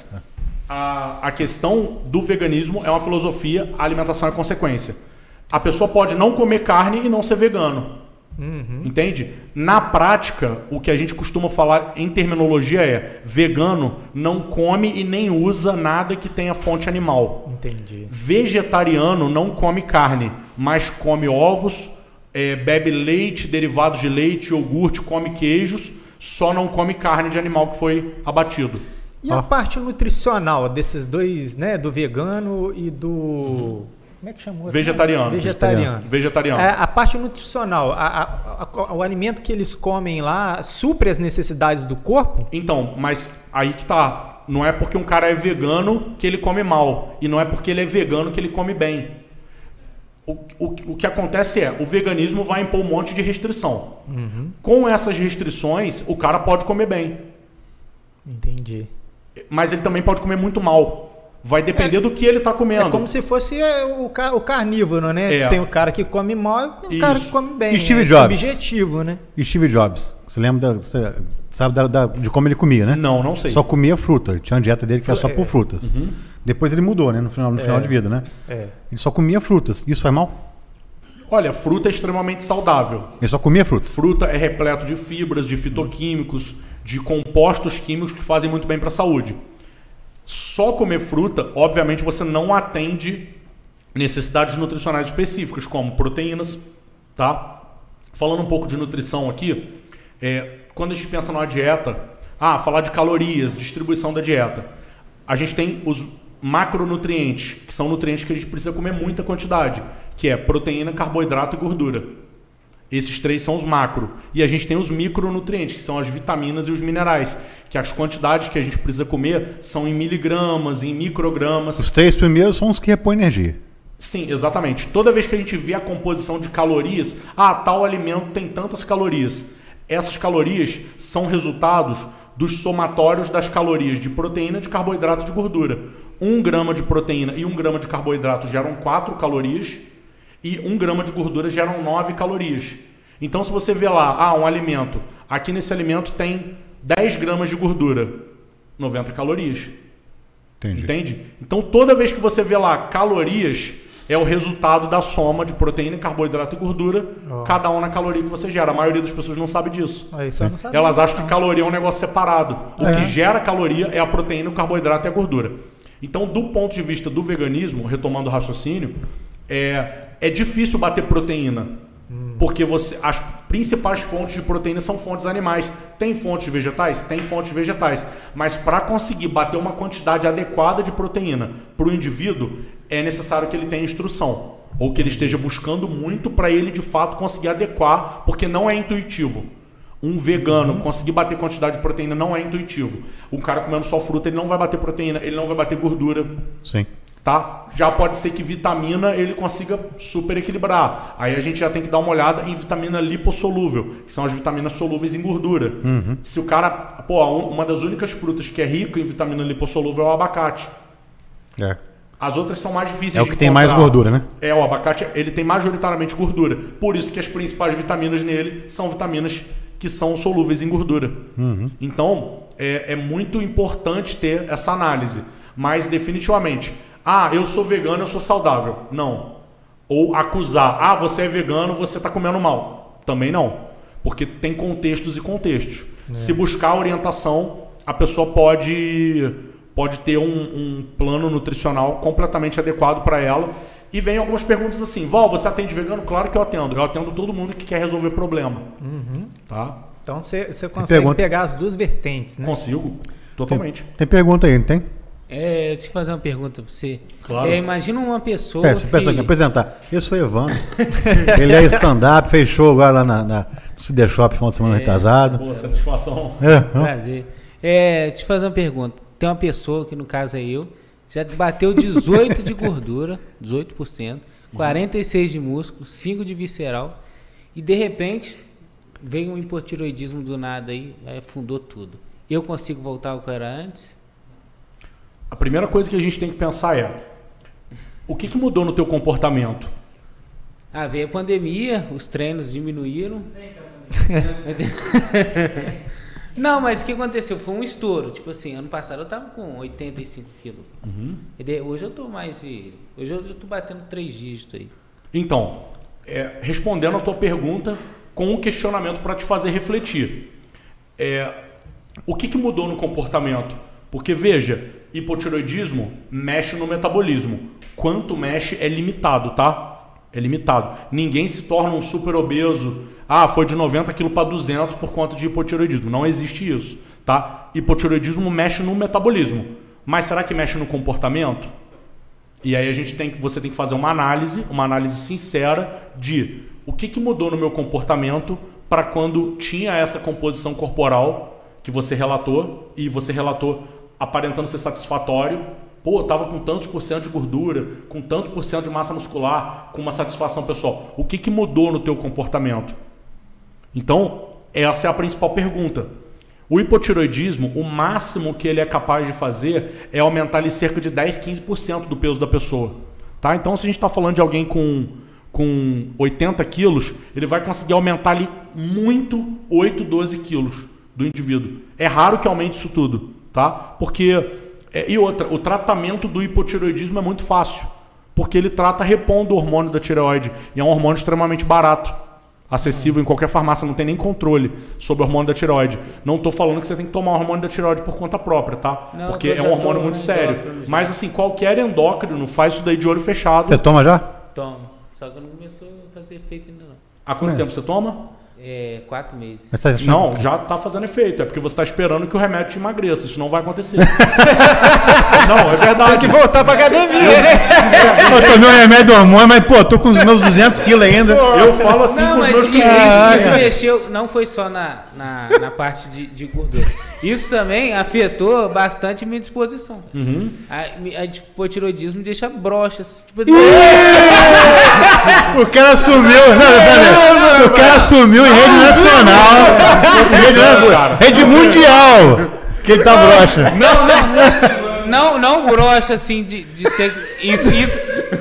A, a questão do veganismo é uma filosofia, a alimentação é consequência. A pessoa pode não comer carne e não ser vegano. Uhum. Entende? Na prática, o que a gente costuma falar em terminologia é: vegano não come e nem usa nada que tenha fonte animal. Entendi. Vegetariano não come carne, mas come ovos, é, bebe leite, derivados de leite, iogurte, come queijos, só não come carne de animal que foi abatido. E a parte nutricional desses dois, né, do vegano e do... Uhum. Como é que chamou? Vegetariano. Vegetariano. Vegetariano. É, a parte nutricional, a, a, a, o alimento que eles comem lá supre as necessidades do corpo? Então, mas aí que tá. Não é porque um cara é vegano que ele come mal. E não é porque ele é vegano que ele come bem. O, o, o que acontece é, o veganismo vai impor um monte de restrição. Uhum. Com essas restrições, o cara pode comer bem. Entendi. Mas ele também pode comer muito mal. Vai depender é, do que ele está comendo. É como se fosse o, car o carnívoro, né? É. Tem o cara que come mal e o cara que come bem. E Steve é Jobs? Subjetivo, né? E Steve Jobs? Você lembra da, você sabe da, da, de como ele comia, né? Não, não sei. Só comia fruta. Ele tinha uma dieta dele que era só por frutas. Uhum. Depois ele mudou, né? No final, no final é. de vida, né? É. Ele só comia frutas. Isso faz mal? Olha, fruta é extremamente saudável. Ele só comia frutas. Fruta é repleto de fibras, de fitoquímicos, de compostos químicos que fazem muito bem para a saúde. Só comer fruta, obviamente, você não atende necessidades nutricionais específicas, como proteínas, tá? Falando um pouco de nutrição aqui, é, quando a gente pensa numa dieta, ah, falar de calorias, distribuição da dieta, a gente tem os macronutrientes, que são nutrientes que a gente precisa comer muita quantidade, que é proteína, carboidrato e gordura. Esses três são os macro. E a gente tem os micronutrientes, que são as vitaminas e os minerais, que as quantidades que a gente precisa comer são em miligramas, em microgramas. Os três primeiros são os que repõem energia. Sim, exatamente. Toda vez que a gente vê a composição de calorias, ah, tal alimento tem tantas calorias. Essas calorias são resultados dos somatórios das calorias de proteína, de carboidrato e de gordura. Um grama de proteína e um grama de carboidrato geram quatro calorias. E um grama de gordura geram nove calorias. Então, se você vê lá, ah, um alimento, aqui nesse alimento tem dez gramas de gordura, noventa calorias. Entendi. Entende? Então, toda vez que você vê lá calorias, é o resultado da soma de proteína, carboidrato e gordura, oh. cada um na caloria que você gera. A maioria das pessoas não sabe disso. Ah, isso eu não sabia. Elas acham que caloria é um negócio separado. O é. que gera caloria é a proteína, o carboidrato e a gordura. Então, do ponto de vista do veganismo, retomando o raciocínio, é... É difícil bater proteína, hum. porque você, as principais fontes de proteína são fontes animais. Tem fontes vegetais? Tem fontes vegetais. Mas para conseguir bater uma quantidade adequada de proteína para o indivíduo, é necessário que ele tenha instrução. Ou que ele esteja buscando muito para ele, de fato, conseguir adequar, porque não é intuitivo. Um vegano uhum. conseguir bater quantidade de proteína não é intuitivo. Um cara comendo só fruta, ele não vai bater proteína, ele não vai bater gordura. Sim. Tá? Já pode ser que vitamina ele consiga super equilibrar. Aí a gente já tem que dar uma olhada em vitamina lipossolúvel, que são as vitaminas solúveis em gordura. Uhum. Se o cara... Pô, uma das únicas frutas que é rica em vitamina lipossolúvel é o abacate. É. As outras são mais difíceis de É o que encontrar. tem mais gordura, né? É, o abacate, ele tem majoritariamente gordura. Por isso que as principais vitaminas nele são vitaminas que são solúveis em gordura. Uhum. Então, é, é muito importante ter essa análise. Mas, definitivamente, ah, eu sou vegano, eu sou saudável. Não. Ou acusar, ah, você é vegano, você está comendo mal. Também não. Porque tem contextos e contextos. É. Se buscar orientação, a pessoa pode, pode ter um, um plano nutricional completamente adequado para ela. E vem algumas perguntas assim, Val, você atende vegano? Claro que eu atendo. Eu atendo todo mundo que quer resolver problema. Uhum. Tá? Então você consegue pegar as duas vertentes, né? Consigo, totalmente. Tem, tem pergunta aí, não tem? É, deixa eu fazer uma pergunta pra você. Claro. É, imagina uma pessoa. É, que... pessoa aqui, apresentar. Eu sou Evandro. Ele é stand-up, fez show agora lá na, na, no C D Shop, final de semana é. retrasado. Boa satisfação. É, prazer. É, deixa eu fazer uma pergunta. Tem uma pessoa, que no caso é eu, já bateu dezoito de gordura, dezoito por cento, quarenta e seis de músculo, cinco de visceral, e de repente veio um hipotiroidismo do nada aí, aí afundou tudo. Eu consigo voltar ao que era antes? A primeira coisa que a gente tem que pensar é, o que, que mudou no teu comportamento? Ah, veio a pandemia, os treinos diminuíram. Não, mas o que aconteceu? Foi um estouro. Tipo assim, ano passado eu tava com oitenta e cinco quilos. Uhum. Hoje eu tô mais de... Hoje eu tô batendo três dígitos aí. Então, é, respondendo a tua pergunta com um questionamento para te fazer refletir. É, o que, que mudou no comportamento? Porque, veja, hipotiroidismo mexe no metabolismo. Quanto mexe é limitado, tá? É limitado. Ninguém se torna um super obeso. Ah, foi de noventa quilos para duzentos por conta de hipotiroidismo. Não existe isso, tá? Hipotiroidismo mexe no metabolismo. Mas será que mexe no comportamento? E aí a gente tem que, você tem que fazer uma análise, uma análise sincera de o que, que mudou no meu comportamento para quando tinha essa composição corporal que você relatou, e você relatou aparentando ser satisfatório. Pô, eu tava com tantos por cento de gordura, com tanto por cento de massa muscular, com uma satisfação pessoal. O que, que mudou no teu comportamento? Então, essa é a principal pergunta. O hipotiroidismo, o máximo que ele é capaz de fazer é aumentar ali cerca de dez, quinze por cento do peso da pessoa. Tá? Então, se a gente está falando de alguém com, com oitenta quilos, ele vai conseguir aumentar ali muito oito, doze quilos do indivíduo. É raro que aumente isso tudo. Tá? Porque... É, e outra, o tratamento do hipotiroidismo é muito fácil, porque ele trata repondo o hormônio da tireoide, e é um hormônio extremamente barato, acessível em qualquer farmácia, não tem nem controle sobre o hormônio da tireoide. Não estou falando que você tem que tomar o hormônio da tireoide por conta própria, tá? Não, porque é um hormônio muito sério. Mas assim, qualquer endócrino faz isso daí de olho fechado. Você toma já? Tomo, só que não começou a fazer efeito ainda não. Há quanto é. tempo você toma? É, quatro meses. Tá não, já está fazendo efeito. É porque você está esperando que o remédio te emagreça. Isso não vai acontecer. Não, é verdade. Tem que voltar pra academia, eu, né? Eu tomei um remédio hormônio, mas pô, tô com os meus duzentos quilos ainda. Eu falo assim não, com os meus isso, clientes. Isso, isso mexeu, não foi só na, na, na parte de, de gordura. Isso também afetou bastante a minha disposição. Uhum. A, a hipotiroidismo deixa broxas. Tipo, o cara sumiu. Não, não, não, o cara sumiu em rede nacional. Rede, rede mundial. Que ele tá broxa. Não, não, não, não broxa assim de, de ser. Isso, isso.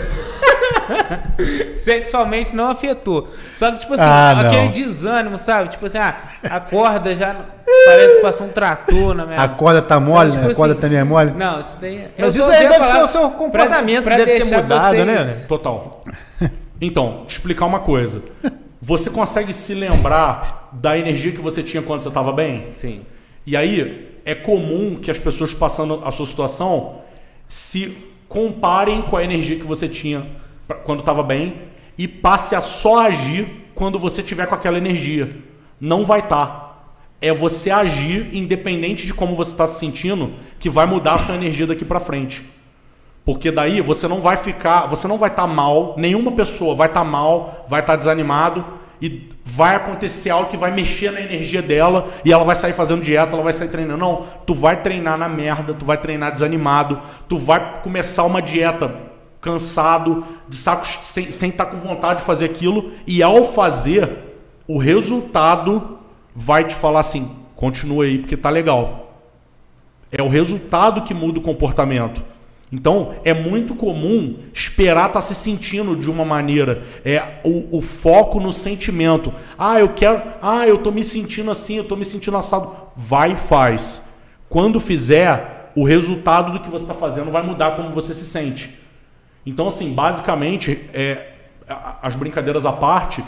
Sexualmente não afetou. Só que, tipo assim, ah, aquele desânimo, sabe? Tipo assim, ah, a corda já parece que passou um trator na minha. A corda tá mole, então, tipo né? A corda assim, também é mole? Não, isso daí. Mas isso aí deve ser o seu comportamento, pra, pra que deve ter mudado, vocês... né? Total. Então, te explicar uma coisa. Você consegue se lembrar da energia que você tinha quando você estava bem? Sim. E aí, é comum que as pessoas passando a sua situação se comparem com a energia que você tinha quando estava bem e passe a só agir quando você tiver com aquela energia. Não vai estar. É você agir independente de como você está se sentindo que vai mudar a sua energia daqui para frente. Porque daí você não vai ficar, você não vai estar mal, nenhuma pessoa vai estar mal, vai estar desanimado e vai acontecer algo que vai mexer na energia dela e ela vai sair fazendo dieta, ela vai sair treinando. Não, tu vai treinar na merda, tu vai treinar desanimado, tu vai começar uma dieta cansado, de saco, sem, sem estar com vontade de fazer aquilo, e ao fazer, o resultado vai te falar assim, continua aí porque tá legal. É o resultado que muda o comportamento. Então, é muito comum esperar estar se sentindo de uma maneira. É o, o foco no sentimento. Ah, eu quero... Ah, eu tô me sentindo assim, eu tô me sentindo assado. Vai e faz. Quando fizer, o resultado do que você está fazendo vai mudar como você se sente. Então, assim, basicamente, é, as brincadeiras à parte,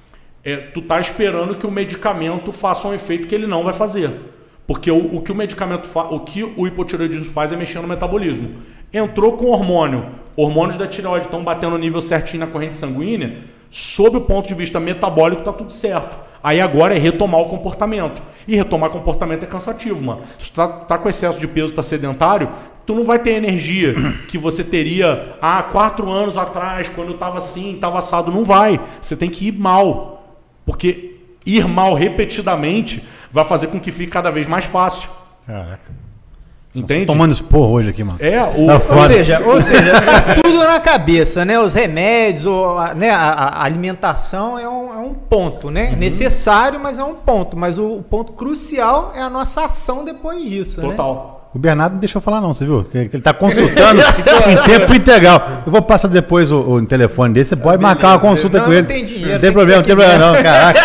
é, tu tá esperando que o medicamento faça um efeito que ele não vai fazer. Porque o, o que o medicamento faz, o que o hipotireoidismo faz é mexer no metabolismo. Entrou com hormônio, hormônios da tireoide estão batendo o nível certinho na corrente sanguínea, sob o ponto de vista metabólico está tudo certo. Aí agora é retomar o comportamento. E retomar comportamento é cansativo, mano. Se tu tá, tá com excesso de peso, tá sedentário, tu não vai ter energia que você teria há quatro anos atrás, quando eu tava assim, tava assado. Não vai. Você tem que ir mal. Porque ir mal repetidamente vai fazer com que fique cada vez mais fácil. Caraca. Entende? Tô tomando esporro hoje aqui, mano. É, o... Tá ou seja, ou seja, tá tudo na cabeça, né? Os remédios, ou a, né? a, a alimentação é um, é um ponto, né? Uhum. Necessário, mas é um ponto. Mas o, o ponto crucial é a nossa ação depois disso, Total. Né? O Bernardo não deixou falar não, você viu? Ele tá consultando em tempo integral. Eu vou passar depois o, o telefone dele, você pode Beleza, marcar uma consulta não, com não ele. tem dinheiro, não tem tem problema, não que ser tem aqui problema não, caraca.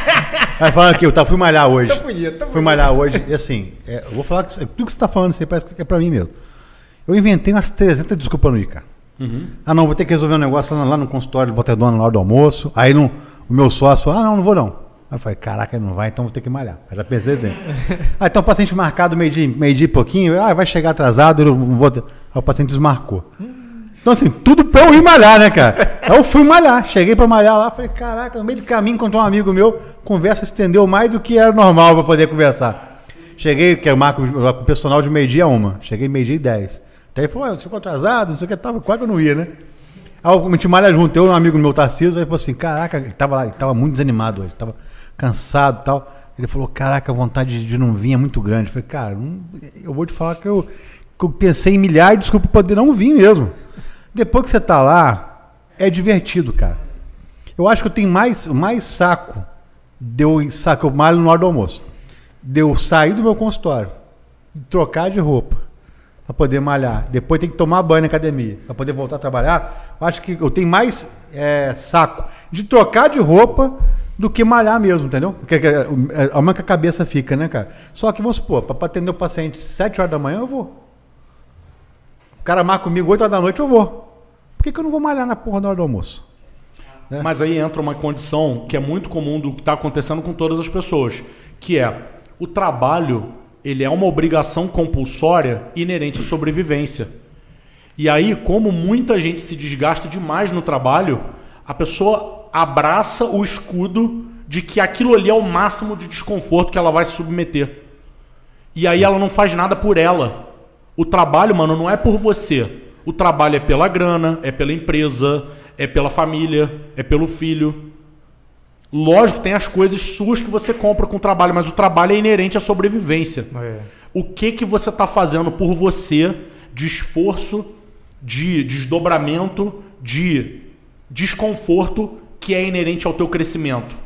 Vai falando aqui, eu tá, fui malhar hoje. Tô fudido, tô Fui fudido. malhar hoje e assim, é, eu vou falar que tudo que você tá falando, você parece que é pra mim mesmo. Eu inventei umas trezentas desculpas no ir, cara. Uhum. Ah não, vou ter que resolver um negócio lá, lá no consultório do Volterdona na hora do almoço. Aí no, o meu sócio, ah não, não vou não. Aí eu falei, caraca, ele não vai, então vou ter que malhar. Aí já pensei assim. Ah, então o paciente marcado meio-dia meio dia e pouquinho, ah, vai chegar atrasado, eu não vou ter... Aí o paciente desmarcou. Então assim, tudo pra eu ir malhar, né, cara? Aí eu fui malhar, cheguei pra malhar lá, falei, caraca, no meio do caminho encontrei um amigo meu, conversa estendeu mais do que era normal pra poder conversar. Cheguei, que eu marco o personal de meio-dia a uma, cheguei meio-dia e dez. Daí ele falou, você ficou atrasado, não sei o que, tava, quase que eu não ia, né? Aí a gente malha junto, eu e um amigo meu, Tarcísio, aí falou assim, caraca, ele tava lá, ele tava muito desanimado hoje, tava cansado e tal. Ele falou, caraca, a vontade de, de não vir é muito grande. Eu falei, cara, não, eu vou te falar que eu, que eu pensei em milhares de desculpas pra poder não vir mesmo. Depois que você tá lá, é divertido, cara. Eu acho que eu tenho mais, mais saco de eu, saco, eu malho na hora do almoço, de eu sair do meu consultório, trocar de roupa, para poder malhar, depois tem que tomar banho na academia, para poder voltar a trabalhar. Eu acho que eu tenho mais é, saco de trocar de roupa do que malhar mesmo, entendeu? Porque a mão que a cabeça fica, né, cara? Só que, vamos supor, para atender o paciente sete horas da manhã, eu vou. O cara marca comigo oito horas da noite, eu vou. Por que, que eu não vou malhar na porra da hora do almoço? Né? Mas aí entra uma condição que é muito comum do que está acontecendo com todas as pessoas, que é o trabalho, ele é uma obrigação compulsória inerente à sobrevivência. E aí, como muita gente se desgasta demais no trabalho, a pessoa abraça o escudo de que aquilo ali é o máximo de desconforto que ela vai se submeter. E aí ela não faz nada por ela. O trabalho, mano, não é por você. O trabalho é pela grana, é pela empresa, é pela família, é pelo filho. Lógico, tem as coisas suas que você compra com o trabalho, mas o trabalho é inerente à sobrevivência. É. O que que você está fazendo por você de esforço, de desdobramento, de desconforto que é inerente ao teu crescimento?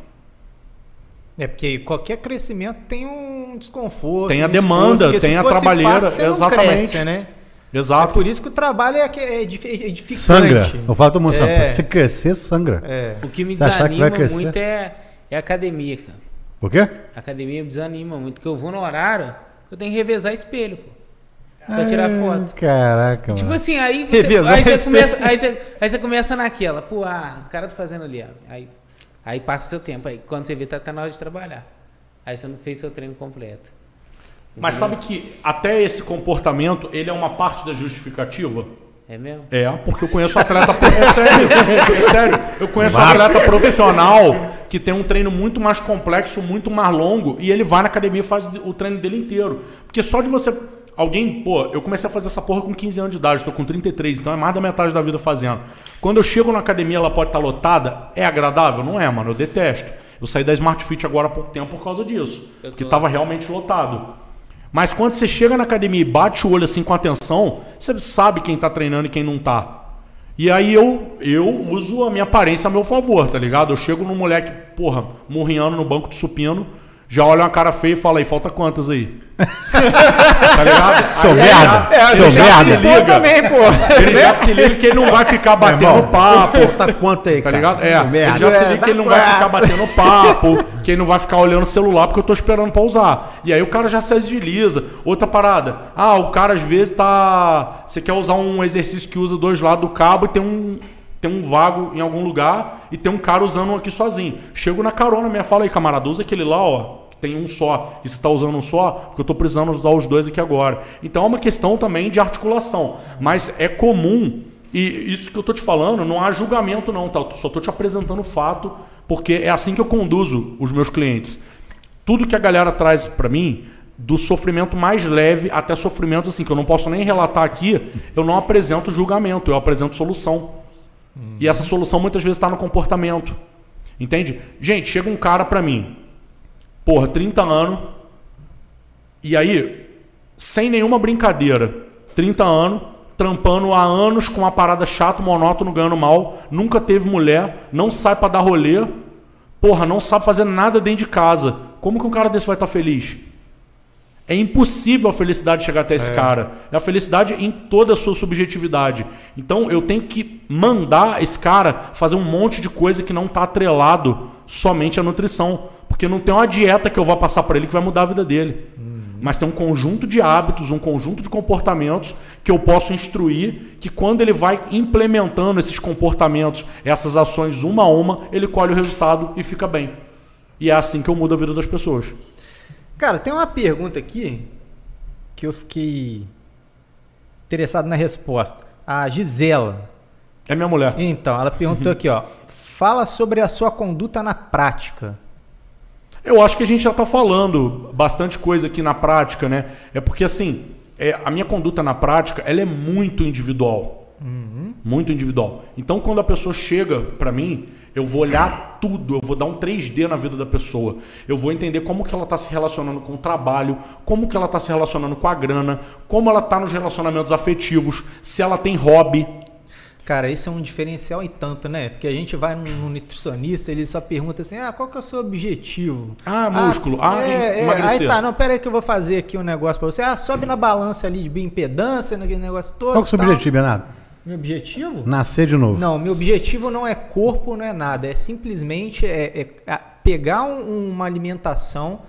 É porque qualquer crescimento tem um desconforto. Tem a um demanda, esforço, tem a trabalheira. Fácil, você exatamente. Não cresce, né? Exato. É por isso que o trabalho é, é edificante. Sangra. Eu falo todo mundo, é. se crescer, sangra. É. O que me Você achar que desanima vai crescer? muito é, é a academia, cara. O quê? A academia me desanima muito, porque eu vou no horário, eu tenho que revezar espelho, pô, pra tirar foto. Caraca, Tipo mano. assim, aí você, Revezar aí, você espelho. começa, aí, você, aí você começa naquela, pô, ah, o cara tá fazendo ali, ó. Aí, aí passa o seu tempo, aí quando você vê, tá, tá na hora de trabalhar. Aí você não fez seu treino completo. Mas sabe que até esse comportamento, ele é uma parte da justificativa? É mesmo? É, porque eu conheço atleta... é sério, é sério. Eu conheço atleta profissional que tem um treino muito mais complexo, muito mais longo, e ele vai na academia e faz o treino dele inteiro. Porque só de você... alguém, pô, eu comecei a fazer essa porra com quinze anos de idade, estou com trinta e três, então é mais da metade da vida fazendo. Quando eu chego na academia, ela pode estar lotada, é agradável? Não é, mano, eu detesto. Eu saí da Smart Fit agora há pouco tempo por causa disso, tô... porque estava realmente lotado. Mas quando você chega na academia e bate o olho assim com atenção, você sabe quem tá treinando e quem não tá. E aí eu, eu uso a minha aparência a meu favor, tá ligado? Eu chego num moleque, porra, murrinhando no banco de supino, já olha uma cara feia e fala aí, falta quantas aí? Tá ligado? Seu aí, merda! É, seu merda! Se liga. Também, pô. Ele já se liga que ele não vai ficar batendo papo. Falta quanto aí, Tá cara? ligado? É, Seu merda. ele já se liga que ele não vai ficar batendo papo, que ele não vai ficar olhando o celular porque eu tô esperando pra usar. E aí o cara já se agiliza. Outra parada. Ah, o cara às vezes tá... Você quer usar um exercício que usa dois lados do cabo e tem um... Tem um vago em algum lugar e tem um cara usando um aqui sozinho. Chego na carona, minha fala aí, camarada, usa aquele lá, ó. Tem um só, e você está usando um só, porque eu estou precisando usar os dois aqui agora. Então é uma questão também de articulação. Mas é comum, e isso que eu estou te falando, não há julgamento não, tá? Eu só estou te apresentando o fato, porque é assim que eu conduzo os meus clientes. Tudo que a galera traz para mim, do sofrimento mais leve até sofrimentos assim, que eu não posso nem relatar aqui, eu não apresento julgamento, eu apresento solução. Hum. E essa solução muitas vezes está no comportamento. Entende? Gente, chega um cara para mim, porra, trinta anos, e aí, sem nenhuma brincadeira, trinta anos, trampando há anos com uma parada chata, monótono, ganhando mal, nunca teve mulher, não sai pra dar rolê, porra, não sabe fazer nada dentro de casa. Como que um cara desse vai estar feliz? É impossível a felicidade chegar até esse é. cara. É a felicidade em toda a sua subjetividade. Então, eu tenho que mandar esse cara fazer um monte de coisa que não está atrelado somente à nutrição. Porque não tem uma dieta que eu vá passar para ele que vai mudar a vida dele. Uhum. Mas tem um conjunto de hábitos, um conjunto de comportamentos que eu posso instruir, que quando ele vai implementando esses comportamentos, essas ações uma a uma, ele colhe o resultado e fica bem. E é assim que eu mudo a vida das pessoas. Cara, tem uma pergunta aqui que eu fiquei interessado na resposta. A Gisela. É minha mulher. Então, ela perguntou aqui, ó. Fala sobre a sua conduta na prática. Eu acho que a gente já está falando bastante coisa aqui na prática, né? É porque, assim, é, a minha conduta na prática, ela é muito individual. Uhum. Muito individual. Então, quando a pessoa chega para mim, eu vou olhar tudo, eu vou dar um três D na vida da pessoa. Eu vou entender como que ela está se relacionando com o trabalho, como que ela está se relacionando com a grana, como ela está nos relacionamentos afetivos, se ela tem hobby. Cara, isso é um diferencial e tanto, né? Porque a gente vai no nutricionista, ele só pergunta assim, ah, qual que é o seu objetivo? Ah, músculo. Ah, ah é, emagrecer. Aí tá, não, pera aí que eu vou fazer aqui um negócio pra você. Ah, sobe na balança ali de bioimpedância, naquele negócio todo. Qual que é o seu tal. objetivo, Bernardo? Meu objetivo? Nascer de novo. Não, meu objetivo não é corpo, não é nada. É simplesmente é, é pegar um, uma alimentação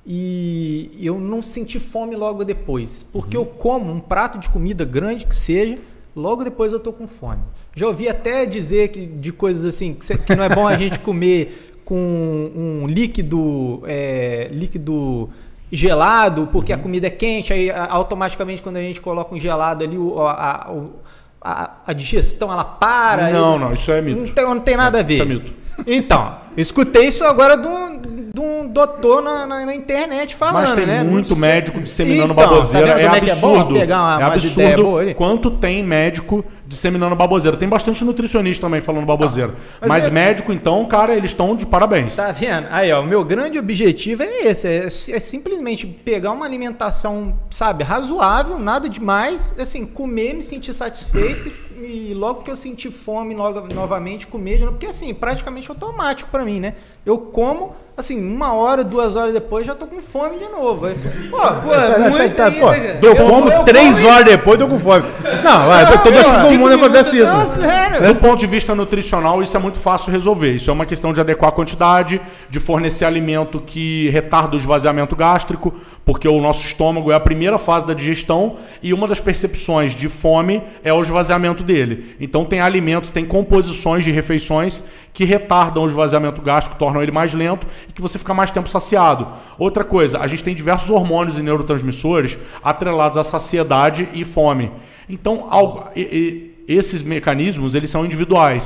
e eu não sentir fome logo depois. Porque uhum. eu como um prato de comida grande que seja, logo depois eu tô com fome. Já ouvi até dizer que, de coisas assim, que, que não é bom a gente comer com um líquido, é, líquido gelado, porque uhum. a comida é quente, aí automaticamente quando a gente coloca um gelado ali, o, a, a, a digestão ela para. Não, e, não, isso é mito. Não tem, não tem nada a ver. Isso é mito. Então, eu escutei isso agora de um, de um doutor na, na, na internet falando, Mas tem né? muito Não médico disseminando então, baboseira. tá É absurdo. É, pegar uma, é absurdo ali? quanto tem médico disseminando baboseira. Tem bastante nutricionista também falando baboseira. Não, mas mas é... médico, então, cara, eles estão de parabéns. Tá vendo? Aí, ó, o meu grande objetivo é esse. É, é simplesmente pegar uma alimentação, sabe, razoável, nada demais, assim, comer, me sentir satisfeito e logo que eu sentir fome, logo, novamente comer, porque assim, praticamente automático pra mim, né? Eu como, assim, uma hora, duas horas depois já tô com fome de novo. Pô, pô, é muito tá, aí, pô, né, eu, eu como eu três como horas depois, tô com fome. Não, vai, não, todo eu, mundo acontece isso. Não, sério. Do ponto de vista nutricional, isso é muito fácil resolver. Isso é uma questão de adequar a quantidade, de fornecer alimento que retarda o esvaziamento gástrico, porque o nosso estômago é a primeira fase da digestão e uma das percepções de fome é o esvaziamento dele. Então tem alimentos, tem composições de refeições que retardam o esvaziamento gástrico, tornam ele mais lento e que você fica mais tempo saciado. Outra coisa, a gente tem diversos hormônios e neurotransmissores atrelados à saciedade e fome. Então, algo, e, e, esses mecanismos, eles são individuais.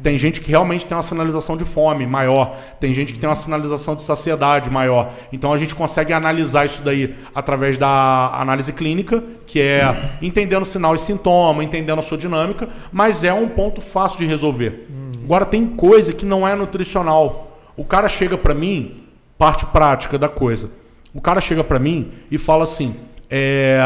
Tem gente que realmente tem uma sinalização de fome maior. Tem gente que tem uma sinalização de saciedade maior. Então a gente consegue analisar isso daí através da análise clínica, que é entendendo sinal e sintoma, entendendo a sua dinâmica, mas é um ponto fácil de resolver. Hum. Agora tem coisa que não é nutricional. O cara chega para mim, parte prática da coisa. O cara chega para mim e fala assim, é...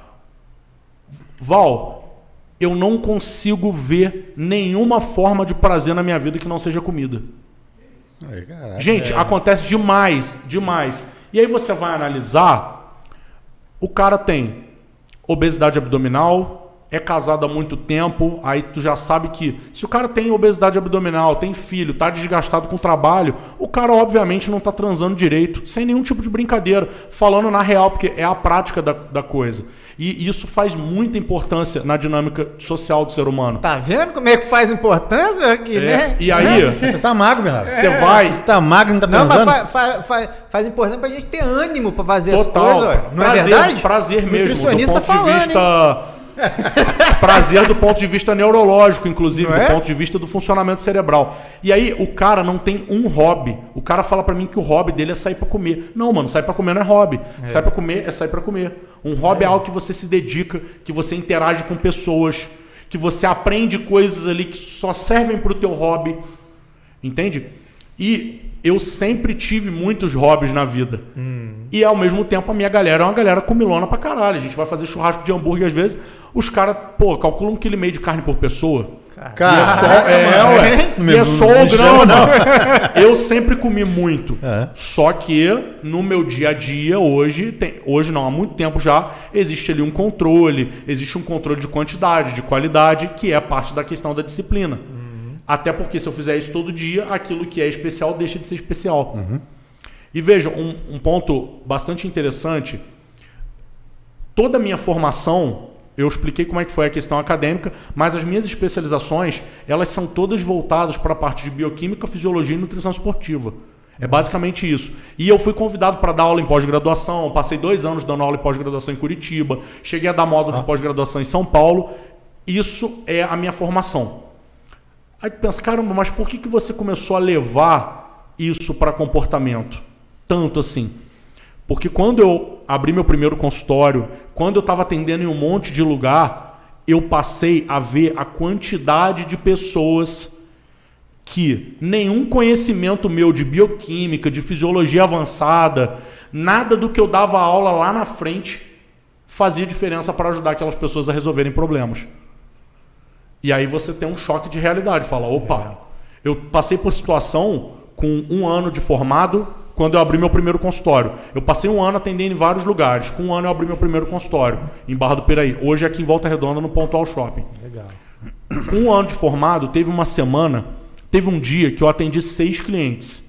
Val, eu não consigo ver nenhuma forma de prazer na minha vida que não seja comida. Ai, caraca, gente, é. acontece demais, demais. E aí você vai analisar, o cara tem obesidade abdominal, é casado há muito tempo, aí tu já sabe que se o cara tem obesidade abdominal, tem filho, tá desgastado com o trabalho, o cara obviamente não tá transando direito, sem nenhum tipo de brincadeira, falando na real, porque é a prática da, da coisa. E isso faz muita importância na dinâmica social do ser humano. Tá vendo como é que faz importância aqui, É, né? E aí, Você tá magro, Bernardo. você vai... Você tá magro, não tá Não, transando? mas fa, fa, fa, faz importância pra gente ter ânimo pra fazer as Total. coisas, ué. Não prazer, é verdade? Prazer mesmo, do Nutricionista ponto de falando, vista... prazer do ponto de vista neurológico, inclusive, Não do é? ponto de vista do funcionamento cerebral. E aí, o cara não tem um hobby. O cara fala pra mim que o hobby dele é sair pra comer. Não, mano, sair pra comer não é hobby. É. Sair pra comer é sair pra comer. Um hobby é. é algo que você se dedica, que você interage com pessoas, que você aprende coisas ali que só servem pro teu hobby. Entende? E eu sempre tive muitos hobbies na vida. Hum. E ao mesmo tempo a minha galera é uma galera comilona pra caralho. A gente vai fazer churrasco de hambúrguer às vezes. Os caras, pô, calculam um quilo e meio de carne por pessoa. Cara, e é só, é, ué, não e é só o grão, não. Eu sempre comi muito. É. Só que no meu dia a dia, hoje, tem, hoje não, há muito tempo já, existe ali um controle, existe um controle de quantidade, de qualidade, que é parte da questão da disciplina. Uhum. Até porque se eu fizer isso todo dia, aquilo que é especial deixa de ser especial. Uhum. E veja, um, um ponto bastante interessante, toda a minha formação... Eu expliquei como é que foi a questão acadêmica, mas as minhas especializações, elas são todas voltadas para a parte de bioquímica, fisiologia e nutrição esportiva. É basicamente isso. E eu fui convidado para dar aula em pós-graduação, passei dois anos dando aula em pós-graduação em Curitiba, cheguei a dar módulo ah. de pós-graduação em São Paulo. Isso é a minha formação. Aí tu pensa, caramba, mas por que, que você começou a levar isso para comportamento? Tanto assim. Porque quando eu abri meu primeiro consultório, quando eu estava atendendo em um monte de lugar, eu passei a ver a quantidade de pessoas que nenhum conhecimento meu de bioquímica, de fisiologia avançada, nada do que eu dava aula lá na frente fazia diferença para ajudar aquelas pessoas a resolverem problemas. E aí você tem um choque de realidade. Fala, opa, eu passei por situação com um ano de formado... Quando eu abri meu primeiro consultório. Eu passei um ano atendendo em vários lugares. Com um ano eu abri meu primeiro consultório, em Barra do Piraí. Hoje aqui em Volta Redonda, no Pontual Shopping. Legal. Com um ano de formado, teve uma semana, teve um dia que eu atendi seis clientes.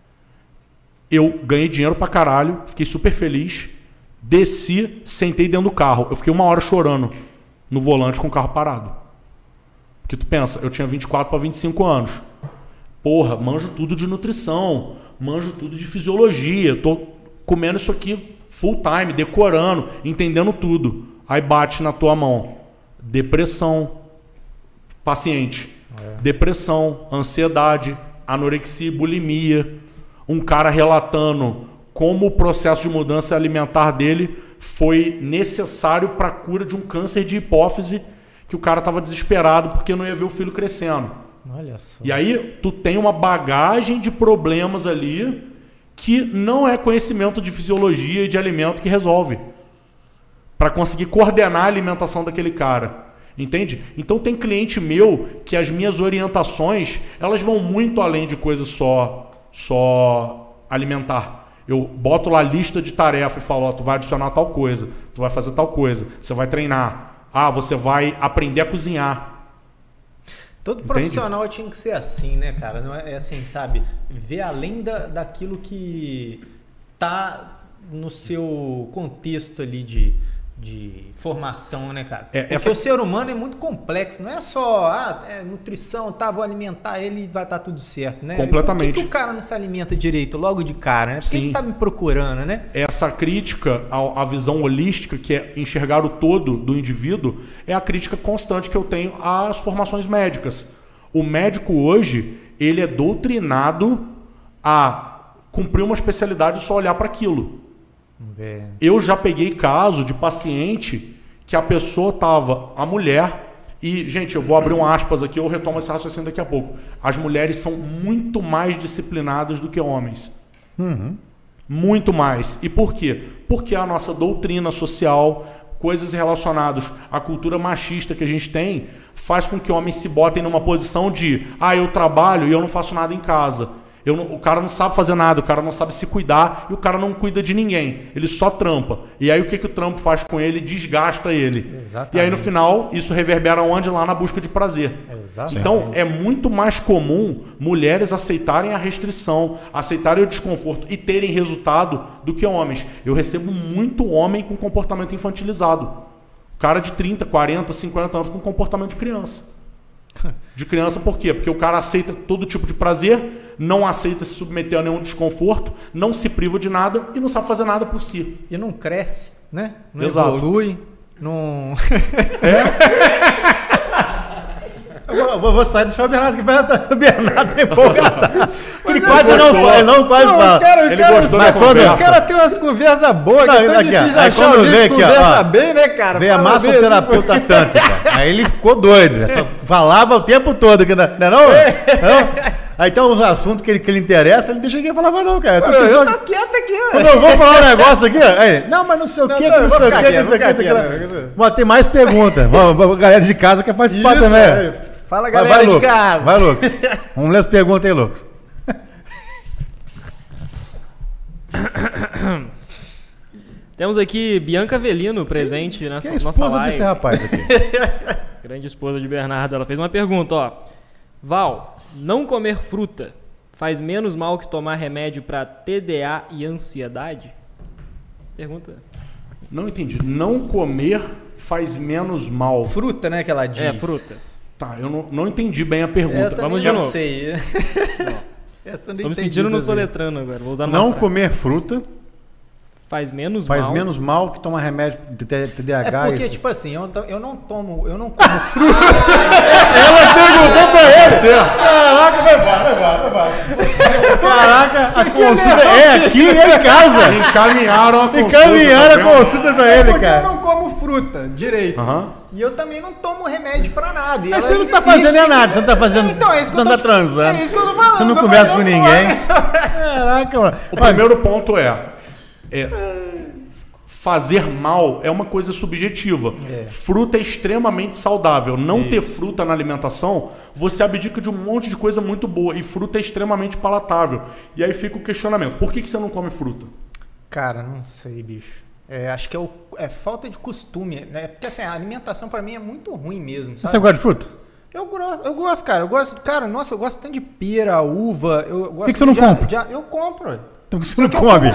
Eu ganhei dinheiro pra caralho, fiquei super feliz, desci, sentei dentro do carro. Eu fiquei uma hora chorando no volante com o carro parado. Porque tu pensa, eu tinha vinte e quatro para vinte e cinco anos. Porra, manjo tudo de nutrição, manjo tudo de fisiologia, tô comendo isso aqui full time, decorando, entendendo tudo. Aí bate na tua mão. Depressão, paciente. É. Depressão, ansiedade, anorexia, bulimia. Um cara relatando como o processo de mudança alimentar dele foi necessário para a cura de um câncer de hipófise, que o cara estava desesperado porque não ia ver o filho crescendo. Olha só. E aí tu tem uma bagagem de problemas ali que não é conhecimento de fisiologia e de alimento que resolve. Para conseguir coordenar a alimentação daquele cara. Entende? Então tem cliente meu que as minhas orientações, elas vão muito além de coisa só, só alimentar. Eu boto lá a lista de tarefa e falo, ó, tu vai adicionar tal coisa, tu vai fazer tal coisa, você vai treinar. Ah, você vai aprender a cozinhar. Todo Entende? profissional tinha que ser assim, né, cara? Não é, é assim, sabe? Ver além da, daquilo que tá no seu contexto ali de, de formação, né, cara? É, Porque essa... o ser humano é muito complexo. Não é só, ah, é nutrição, tá, vou alimentar ele e vai estar tudo certo, né? Completamente. Por que, que o cara não se alimenta direito logo de cara, né? Por que ele tá me procurando, né? Essa crítica à, à visão holística, que é enxergar o todo do indivíduo, é a crítica constante que eu tenho às formações médicas. O médico hoje, ele é doutrinado a cumprir uma especialidade e só olhar para aquilo. É. Eu já peguei caso de paciente que a pessoa estava, a mulher, e, gente, eu vou abrir um aspas aqui, eu retomo esse raciocínio daqui a pouco. As mulheres são muito mais disciplinadas do que homens. Uhum. Muito mais. E por quê? Porque a nossa doutrina social, coisas relacionadas à cultura machista que a gente tem, faz com que homens se botem numa posição de ah, eu trabalho e eu não faço nada em casa. Eu não, o cara não sabe fazer nada, o cara não sabe se cuidar e o cara não cuida de ninguém. Ele só trampa. E aí o que, que o trampo faz com ele? Desgasta ele. Exatamente. E aí no final isso reverbera onde? Lá na busca de prazer. Exatamente. Então é muito mais comum mulheres aceitarem a restrição, aceitarem o desconforto e terem resultado do que homens. Eu recebo muito homem com comportamento infantilizado. Cara de trinta, quarenta, cinquenta anos com comportamento de criança. De criança por quê? Porque o cara aceita todo tipo de prazer, não aceita se submeter a nenhum desconforto, não se priva de nada e não sabe fazer nada por si. E não cresce, né? Não Exato. evolui, não... Eu vou, vou sair e deixar o Bernardo aqui. O Bernardo tá empolgado. Ele Mas quase ele não gostou. fala, ele não quase Não, fala. os caras Ele cara, gostou os da caras- conversa. Os caras têm umas conversas boas, Não, que é tão aqui, ó. difícil Aí achar quando alguém vê que aqui, ó, conversa ó, bem, né, cara? Veio a Fala bem, massoterapeuta tântrica. Aí ele ficou doido. Só falava o tempo todo. Não é não? Não? Aí tem uns assuntos que ele, que ele interessa, ele deixa ninguém falar mais não, cara. Eu tô Eu, eu pensando- tô quieto aqui, Quando velho. eu vou falar um negócio aqui, aí, ele, não, mas não sei o Não, que, não, não eu sei vou o que, ficar não quieto, sei o que, vou não sei o ficar que. quieto. Mas tem mais perguntas. Vamos, a galera de casa quer participar Isso, também. velho. Fala, Vai, galera vai, de Lucas. casa. Vai, Lucas. Vamos ler as perguntas aí, Lucas. Temos aqui Bianca Avelino presente nessa Quem é a nossa esposa live. desse rapaz aqui? Grande esposa de Bernardo. Ela fez uma pergunta, ó. Val, não comer fruta faz menos mal que tomar remédio para T D A e ansiedade? Pergunta. Não entendi. Não comer faz menos mal. Fruta, né, que ela diz. É, fruta. Tá, eu não, não entendi bem a Eu pergunta. também Vamos de não novo. sei. Essa eu não Tô me entendi sentindo no também. soletrano agora. Vou usar numa Não frase. comer fruta Faz menos faz mal. menos mal que tomar remédio de T D A H. É porque, e- tipo assim, eu, eu não tomo, eu não como fruta. Ela perguntou pra ele. Caraca, vai embora, vai embora, vai embora. Caraca, a consulta é aqui e é em casa. Encaminharam a consulta. Encaminharam tá a vendo? consulta pra É ele, porque eu cara. não como fruta direito. Aham. E eu também não tomo remédio pra nada. E Mas ela você não tá insiste fazendo que- nada, você não tá fazendo. Então, é isso que você eu não tô tá te- transando. É isso que eu tô falando. Você não eu tô conversa com fazendo ninguém. agora. Caraca, mano. O primeiro ponto é, é fazer mal é uma coisa subjetiva. É. Fruta é extremamente saudável. Não ter fruta na alimentação, você abdica de um monte de coisa muito boa. E fruta é extremamente palatável. E aí fica o questionamento. Por que, que você não come fruta? Cara, não sei, bicho. É, acho que é, o- é falta de costume, né? Porque assim, a alimentação pra mim é muito ruim mesmo, sabe? Você gosta de fruta? Eu, gro- eu gosto, cara. Eu gosto, cara, nossa, eu gosto tanto de pera, uva. Eu gosto que que você não de, compra? de- eu compro. ué. Então por que você não come?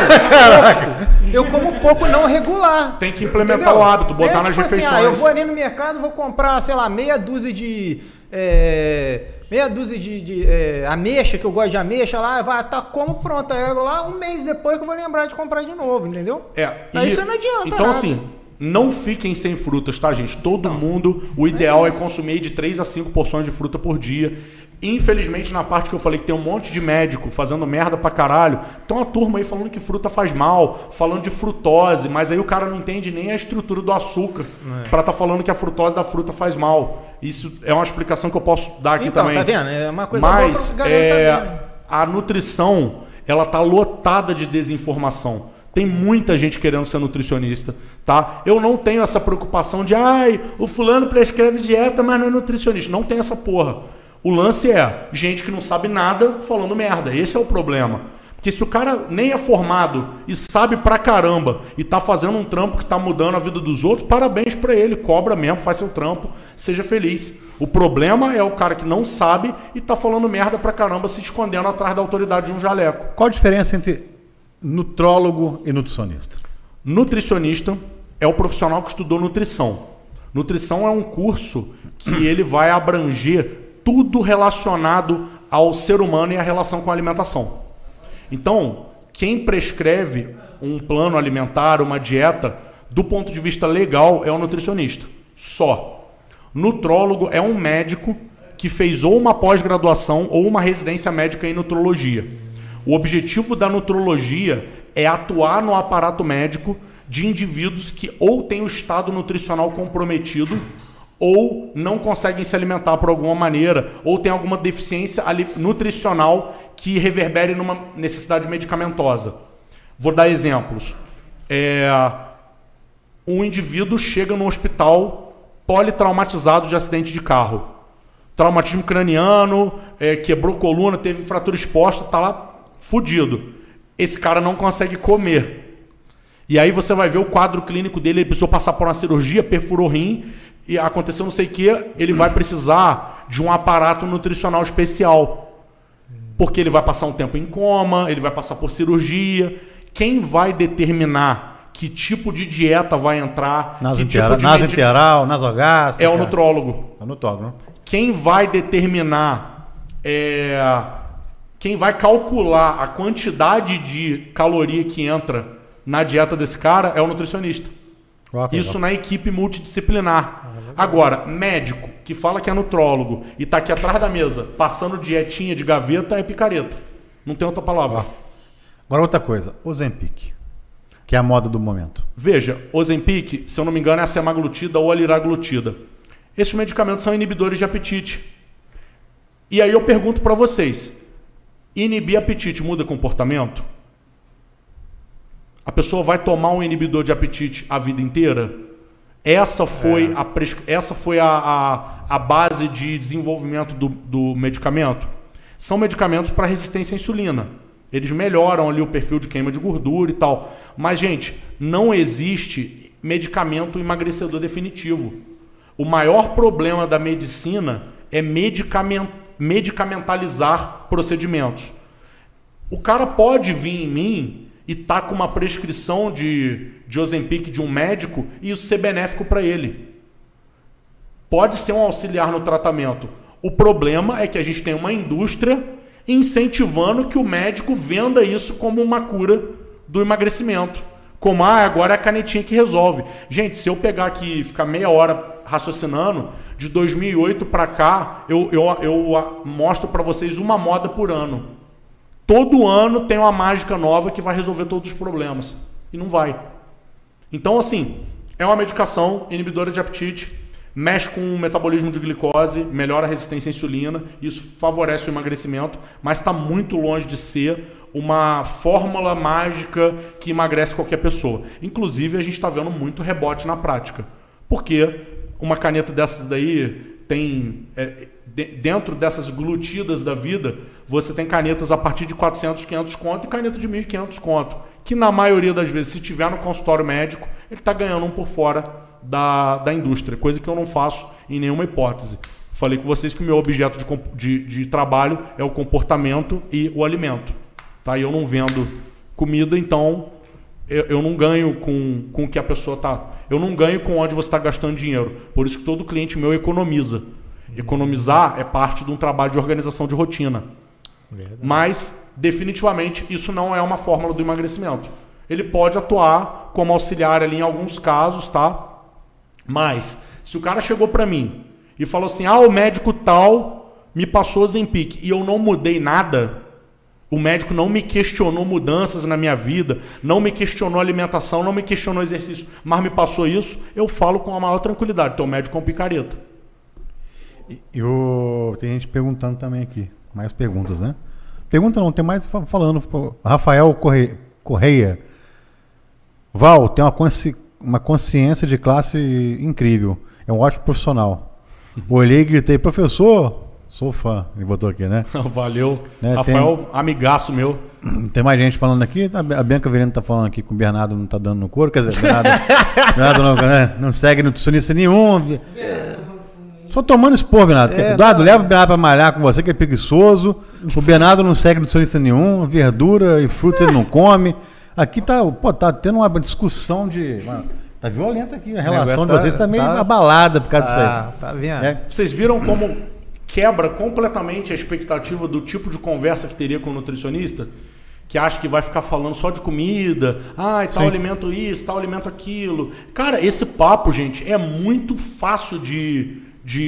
Eu como pouco não regular. Tem que implementar Entendeu? o hábito, botar é, nas tipo refeições. Assim, ah, eu vou ali no mercado, vou comprar, sei lá, meia dúzia de. é, meia dúzia de, de é, ameixa, que eu gosto de ameixa lá, vai, tá, como pronto. Aí eu lá, um mês depois que eu vou lembrar de comprar de novo, entendeu? É, Aí e- isso não adianta Então, nada. assim, não fiquem sem frutas, tá, gente? Todo mundo, o ideal é, isso. consumir de três a cinco porções de fruta por dia. Infelizmente, na parte que eu falei que tem um monte de médico fazendo merda pra caralho, tem uma turma aí falando que fruta faz mal, falando de frutose, mas aí o cara não entende nem a estrutura do açúcar pra tá falando que a frutose da fruta faz mal. Isso é uma explicação que eu posso dar aqui Então, também. tá vendo? É uma coisa Mas boa pra galera é, saber, né? a nutrição, ela tá lotada de desinformação. Tem muita gente querendo ser nutricionista, tá? Eu não tenho essa preocupação de, ai, o fulano prescreve dieta, mas não é nutricionista. Não tem essa porra. O lance é gente que não sabe nada falando merda. Esse é o problema. Porque se o cara nem é formado e sabe pra caramba e tá fazendo um trampo que tá mudando a vida dos outros, parabéns pra ele, cobra mesmo, faz seu trampo, seja feliz. O problema é o cara que não sabe e tá falando merda pra caramba, se escondendo atrás da autoridade de um jaleco. Qual a diferença entre nutrólogo e nutricionista? Nutricionista é o profissional que estudou nutrição. Nutrição é um curso que ele vai abranger tudo relacionado ao ser humano e a relação com a alimentação. Então, quem prescreve um plano alimentar, uma dieta, do ponto de vista legal, é o nutricionista. Só. Nutrólogo é um médico que fez ou uma pós-graduação ou uma residência médica em nutrologia. O objetivo da nutrologia é atuar no aparato médico de indivíduos que ou têm o estado nutricional comprometido ou não conseguem se alimentar por alguma maneira, ou tem alguma deficiência nutricional que reverbere numa necessidade medicamentosa. Vou dar exemplos. É, um indivíduo chega no hospital politraumatizado de acidente de carro. Traumatismo craniano, é, quebrou coluna, teve fratura exposta, está lá fudido. Esse cara não consegue comer. E aí você vai ver o quadro clínico dele, ele precisou passar por uma cirurgia, perfurou rim, e aconteceu não sei o que, ele vai precisar de um aparato nutricional especial. Porque ele vai passar um tempo em coma, ele vai passar por cirurgia. Quem vai determinar que tipo de dieta vai entrar? Nasointeral, tipo nasointeral, nasogástrica. É o nutrólogo. É o nutrólogo, né? Quem vai determinar, é, quem vai calcular a quantidade de caloria que entra na dieta desse cara é o nutricionista. Okay, Isso okay. na equipe multidisciplinar. Agora, médico que fala que é nutrólogo e está aqui atrás da mesa passando dietinha de gaveta é picareta. Não tem outra palavra. Agora outra coisa, Ozempic, que é a moda do momento. Veja, Ozempic, se eu não me engano, é a semaglutida ou a liraglutida. Esses medicamentos são inibidores de apetite. E aí eu pergunto para vocês, inibir apetite muda comportamento? A pessoa vai tomar um inibidor de apetite a vida inteira? Essa foi, é. a, essa foi a, a, a base de desenvolvimento do, do medicamento? São medicamentos para resistência à insulina. Eles melhoram ali o perfil de queima de gordura e tal. Mas, gente, não existe medicamento emagrecedor definitivo. O maior problema da medicina é medicament, medicamentalizar procedimentos. O cara pode vir em mim e tá com uma prescrição de, de Ozempic de um médico e isso ser benéfico para ele. Pode ser um auxiliar no tratamento. O problema é que a gente tem uma indústria incentivando que o médico venda isso como uma cura do emagrecimento. Como, ah, agora é a canetinha que resolve. Gente, se eu pegar aqui e ficar meia hora raciocinando, de dois mil e oito para cá, eu, eu, eu mostro para vocês uma moda por ano. Todo ano tem uma mágica nova que vai resolver todos os problemas. E não vai. Então, assim, é uma medicação inibidora de apetite, mexe com o metabolismo de glicose, melhora a resistência à insulina, isso favorece o emagrecimento, mas está muito longe de ser uma fórmula mágica que emagrece qualquer pessoa. Inclusive, a gente está vendo muito rebote na prática. Porque uma caneta dessas daí tem... É, dentro dessas glutidas da vida, você tem canetas a partir de quatrocentos, quinhentos conto e caneta de mil e quinhentos conto. Que na maioria das vezes, se tiver no consultório médico, ele está ganhando um por fora da, da indústria. Coisa que eu não faço em nenhuma hipótese. Falei com vocês que o meu objeto de, de, de trabalho é o comportamento e o alimento. Tá? E eu não vendo comida, então eu, eu não ganho com, com o que a pessoa está... Eu não ganho com onde você está gastando dinheiro. Por isso que todo cliente meu economiza. Economizar é parte de um trabalho de organização de rotina. Verdade. Mas, definitivamente, isso não é uma fórmula do emagrecimento. Ele pode atuar como auxiliar ali em alguns casos, tá? Mas, se o cara chegou para mim e falou assim, ah, o médico tal me passou Ozempic e eu não mudei nada, o médico não me questionou mudanças na minha vida, não me questionou alimentação, não me questionou exercício, mas me passou isso, eu falo com a maior tranquilidade. Então, o médico é um picareta. Eu, tem gente perguntando também aqui. Mais perguntas, né? Pergunta não, tem mais falando. Rafael Correia. Correia. Val, tem uma, consci, uma consciência de classe incrível. É um ótimo profissional. Olhei e gritei, professor, sou fã. Ele botou aqui, né? Valeu. Né? Rafael, tem, amigaço meu. Tem mais gente falando aqui. A Bianca Verena tá falando aqui que o Bernardo não tá dando no couro. Quer dizer, Bernardo, Bernardo não, né? Não segue nutricionista nenhum. Só tomando expor, Bernardo. É, Eduardo, leva o Bernardo pra malhar com você, que é preguiçoso. O Bernardo não segue nutricionista nenhum. Verdura e fruta ele não come. Aqui tá, pô, tá tendo uma discussão de... Mano, tá violenta aqui. A relação de vocês tá, tá meio tá, abalada por causa disso aí. Tá vendo? É. Vocês viram como quebra completamente a expectativa do tipo de conversa que teria com o nutricionista? Que acha que vai ficar falando só de comida. Ah, e tal Sim. alimento isso, tal alimento aquilo. Cara, esse papo, gente, é muito fácil de... De, de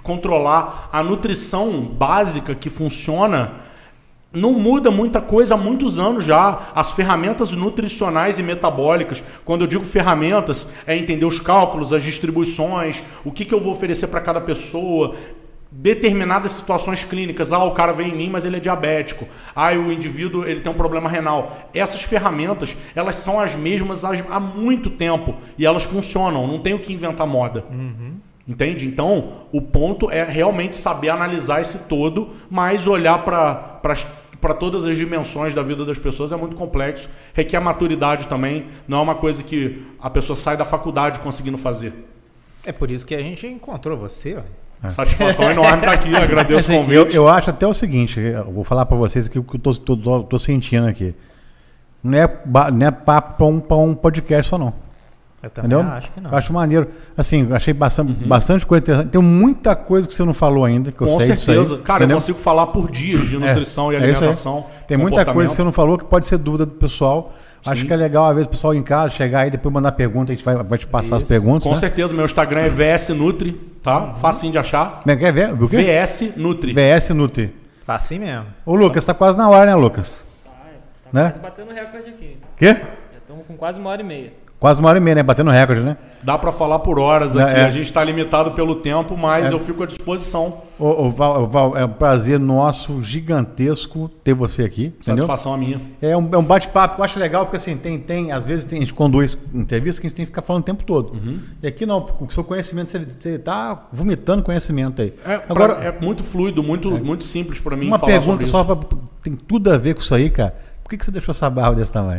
controlar. A nutrição básica que funciona não muda muita coisa há muitos anos já. As ferramentas nutricionais e metabólicas, quando eu digo ferramentas, é entender os cálculos, as distribuições, o que, que eu vou oferecer para cada pessoa, determinadas situações clínicas. Ah, o cara vem em mim, mas ele é diabético. Ah, o indivíduo ele tem um problema renal. Essas ferramentas, elas são as mesmas há muito tempo e elas funcionam. Não tem o que inventar moda. Uhum. Entende? Então, o ponto é realmente saber analisar esse todo, mas olhar para para todas as dimensões da vida das pessoas é muito complexo. Requer maturidade também. Não é uma coisa que a pessoa sai da faculdade conseguindo fazer. É por isso que a gente encontrou você, ó. Satisfação enorme estar aqui, agradeço assim, o convite. Eu, eu acho até o seguinte, eu vou falar para vocês aqui o que eu tô, tô, tô, tô sentindo aqui. Não é, não é papo para um, pra um podcast só não. Eu também entendeu? acho que não. Eu acho maneiro. Assim, achei bastante, Uhum. bastante coisa interessante. Tem muita coisa que você não falou ainda, que eu Com sei disso certeza. aí, Cara, entendeu? eu consigo falar por dias de nutrição É, e é isso aí. alimentação. Tem muita comportamento. coisa que você não falou que pode ser dúvida do pessoal. Acho Sim. que é legal, às vezes, o pessoal em casa chegar aí e depois mandar pergunta, a gente vai, vai te passar Isso. as perguntas. Com né? certeza, meu Instagram é V S Nutri, tá? Uhum. Facinho de achar. Como é que é? V- O quê? V S Nutri. V S Nutri. Faz assim mesmo. Ô, Lucas, tá quase na hora, né, Lucas? Tá, tá Né? quase batendo recorde aqui. Quê? Já estamos com quase uma hora e meia. Quase uma hora e meia, né? Batendo recorde, né? Dá para falar por horas É, aqui. é. A gente está limitado pelo tempo, mas É. eu fico à disposição. Ô, ô, Val, ô, Val, é um prazer nosso, gigantesco, ter você aqui, entendeu? Satisfação a minha. É um, é um bate-papo que eu acho legal, porque assim, tem, tem, às vezes tem, a gente conduz entrevistas que a gente tem que ficar falando o tempo todo. Uhum. E aqui não, com o seu conhecimento, você, você tá vomitando conhecimento aí. É, Agora, pra- é muito fluido, muito, muito simples para mim uma falar pergunta sobre só, isso. pra, tem tudo a ver com isso aí, cara. Por que, que você deixou essa barba desse tamanho?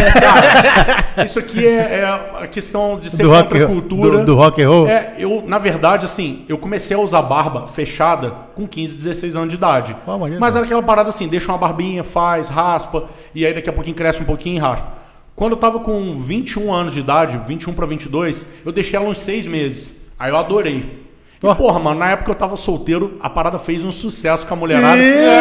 Isso aqui é, é a questão de ser do, rock, contra a cultura. do, do rock and roll? É, eu, na verdade, assim, eu comecei a usar barba fechada com quinze, dezesseis anos de idade. Pô, maneiro, Mas cara. era aquela parada assim, deixa uma barbinha, faz, raspa, e aí daqui a pouquinho cresce um pouquinho e raspa. Quando eu tava com vinte e um anos de idade, vinte e um para vinte e dois, eu deixei ela uns seis meses. Aí eu adorei. E, Ó. porra, mano, na época eu tava solteiro, a parada fez um sucesso com a mulherada.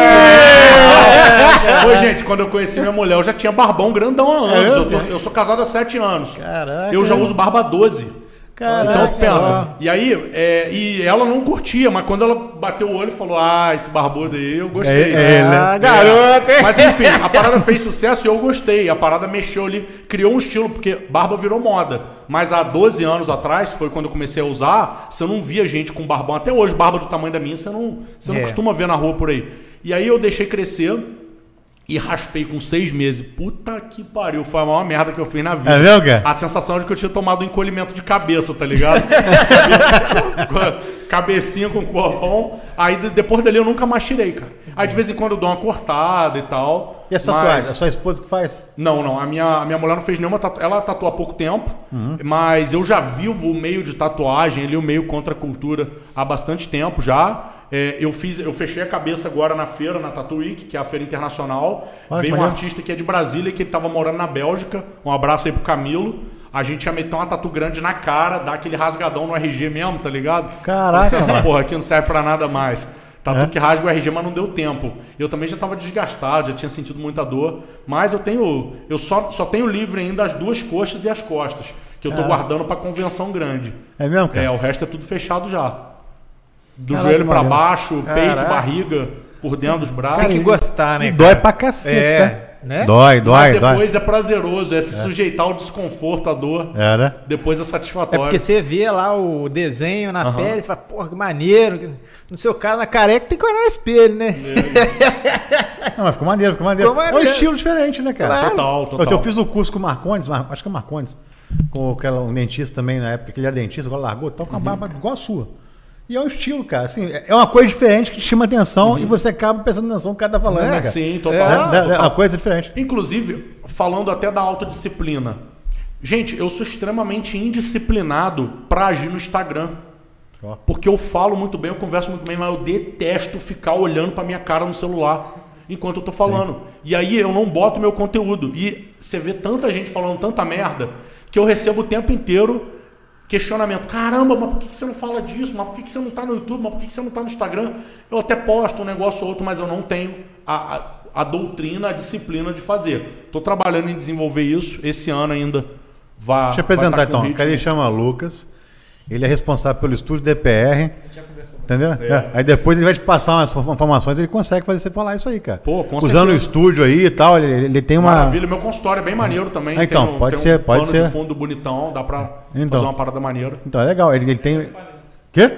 Oi, gente, quando eu conheci minha mulher, eu já tinha barbão grandão há anos. É eu, sou, eu sou casado há sete anos. Caraca. Eu já uso barba há doze. Caraca. Então pensa. E aí, é, e ela não curtia, mas quando ela bateu o olho e falou: ah, esse barbudo aí, eu gostei. É, é, né? Ah, garoto, hein? Mas enfim, a parada fez sucesso e eu gostei. A parada mexeu ali, criou um estilo, porque barba virou moda. Mas há doze anos atrás, foi quando eu comecei a usar, você não via gente com barbão. Até hoje, barba do tamanho da minha, você não, você não É. costuma ver na rua por aí. E aí eu deixei crescer e raspei com seis meses. Puta que pariu, foi a maior merda que eu fiz na vida. É mesmo, cara? A sensação de que eu tinha tomado um encolhimento de cabeça, tá ligado? Cabecinha com corpão. Aí de- depois dali eu nunca mais tirei, cara. Aí de vez em quando eu dou uma cortada e tal. E essa mas- tatuagem? A sua esposa que faz? Não, não. A minha, a minha mulher não fez nenhuma tatuagem. Ela tatuou há pouco tempo, Uhum. mas eu já vivo o meio de tatuagem, ali o meio contra a cultura, há bastante tempo já. É, eu, fiz, eu fechei a cabeça agora na feira, na Tattoo Week, que é a feira internacional. Olha que Veio um maneiro. artista que é de Brasília, que ele estava morando na Bélgica. Um abraço aí pro Camilo. A gente ia meter uma tatu grande na cara, dar aquele rasgadão no R G mesmo, tá ligado? Caraca, Essa mano. porra aqui não serve pra nada mais. Tatu É? que rasga o R G, mas não deu tempo. Eu também já tava desgastado, já tinha sentido muita dor. Mas eu tenho. Eu só, só tenho livre ainda as duas coxas e as costas. Que eu tô Ah. guardando pra convenção grande. É mesmo, cara? É, o resto é tudo fechado já. Do Caraca, joelho pra maneiro. baixo, peito, Caraca. barriga, por dentro dos braços. Tem que gostar, né? E dói cara? pra cacete, É, tá? né? Dói, Mas dói, dói. depois é prazeroso, é se sujeitar ao desconforto, à dor. É, né? Depois é É satisfatório. porque você vê lá o desenho na Aham. pele e fala, porra, que maneiro. No seu caso, na careca, tem que olhar no espelho, né? Não, mas ficou maneiro, ficou maneiro. Ficou É um maneiro. estilo diferente, né, cara? Claro. Total, Eu, total. eu fiz o curso com o Marcondes, Mar- acho que é o Marcondes, com aquela, um dentista também na época, que ele era dentista, agora largou, tá com Uhum. a barba igual a sua. E é um estilo, cara, assim, é uma coisa diferente que te chama atenção e você acaba prestando atenção no que o cara tá falando, É, né, cara? Sim, total. É, é, é total. uma coisa diferente. Inclusive, falando até da autodisciplina. Gente, eu sou extremamente indisciplinado pra agir no Instagram. Ó. Porque eu falo muito bem, eu converso muito bem, mas eu detesto ficar olhando pra minha cara no celular enquanto eu tô falando. E aí eu não boto meu conteúdo. E você vê tanta gente falando tanta merda que eu recebo o tempo inteiro questionamento. Caramba, mas por que que você não fala disso? Mas por que que você não tá no YouTube? Mas por que que você não tá no Instagram? Eu até posto um negócio ou outro, mas eu não tenho a, a, a doutrina, a disciplina de fazer. Tô trabalhando em desenvolver isso. Esse ano ainda vai. Deixa eu apresentar vai tá com então. O ritmo. cara ele chama Lucas Ele é responsável pelo estúdio D P R. Entendeu? É. É. Aí depois ele vai te passar umas informações, ele consegue fazer você falar isso aí, cara. Pô, com Usando certeza. o estúdio aí e tal, ele, ele tem uma... Maravilha, meu consultório é bem maneiro também. Então, tem um, pode tem ser, um pode pano ser. de fundo bonitão, dá pra então, fazer uma parada maneira. Então, é legal, ele, ele tem... Quê?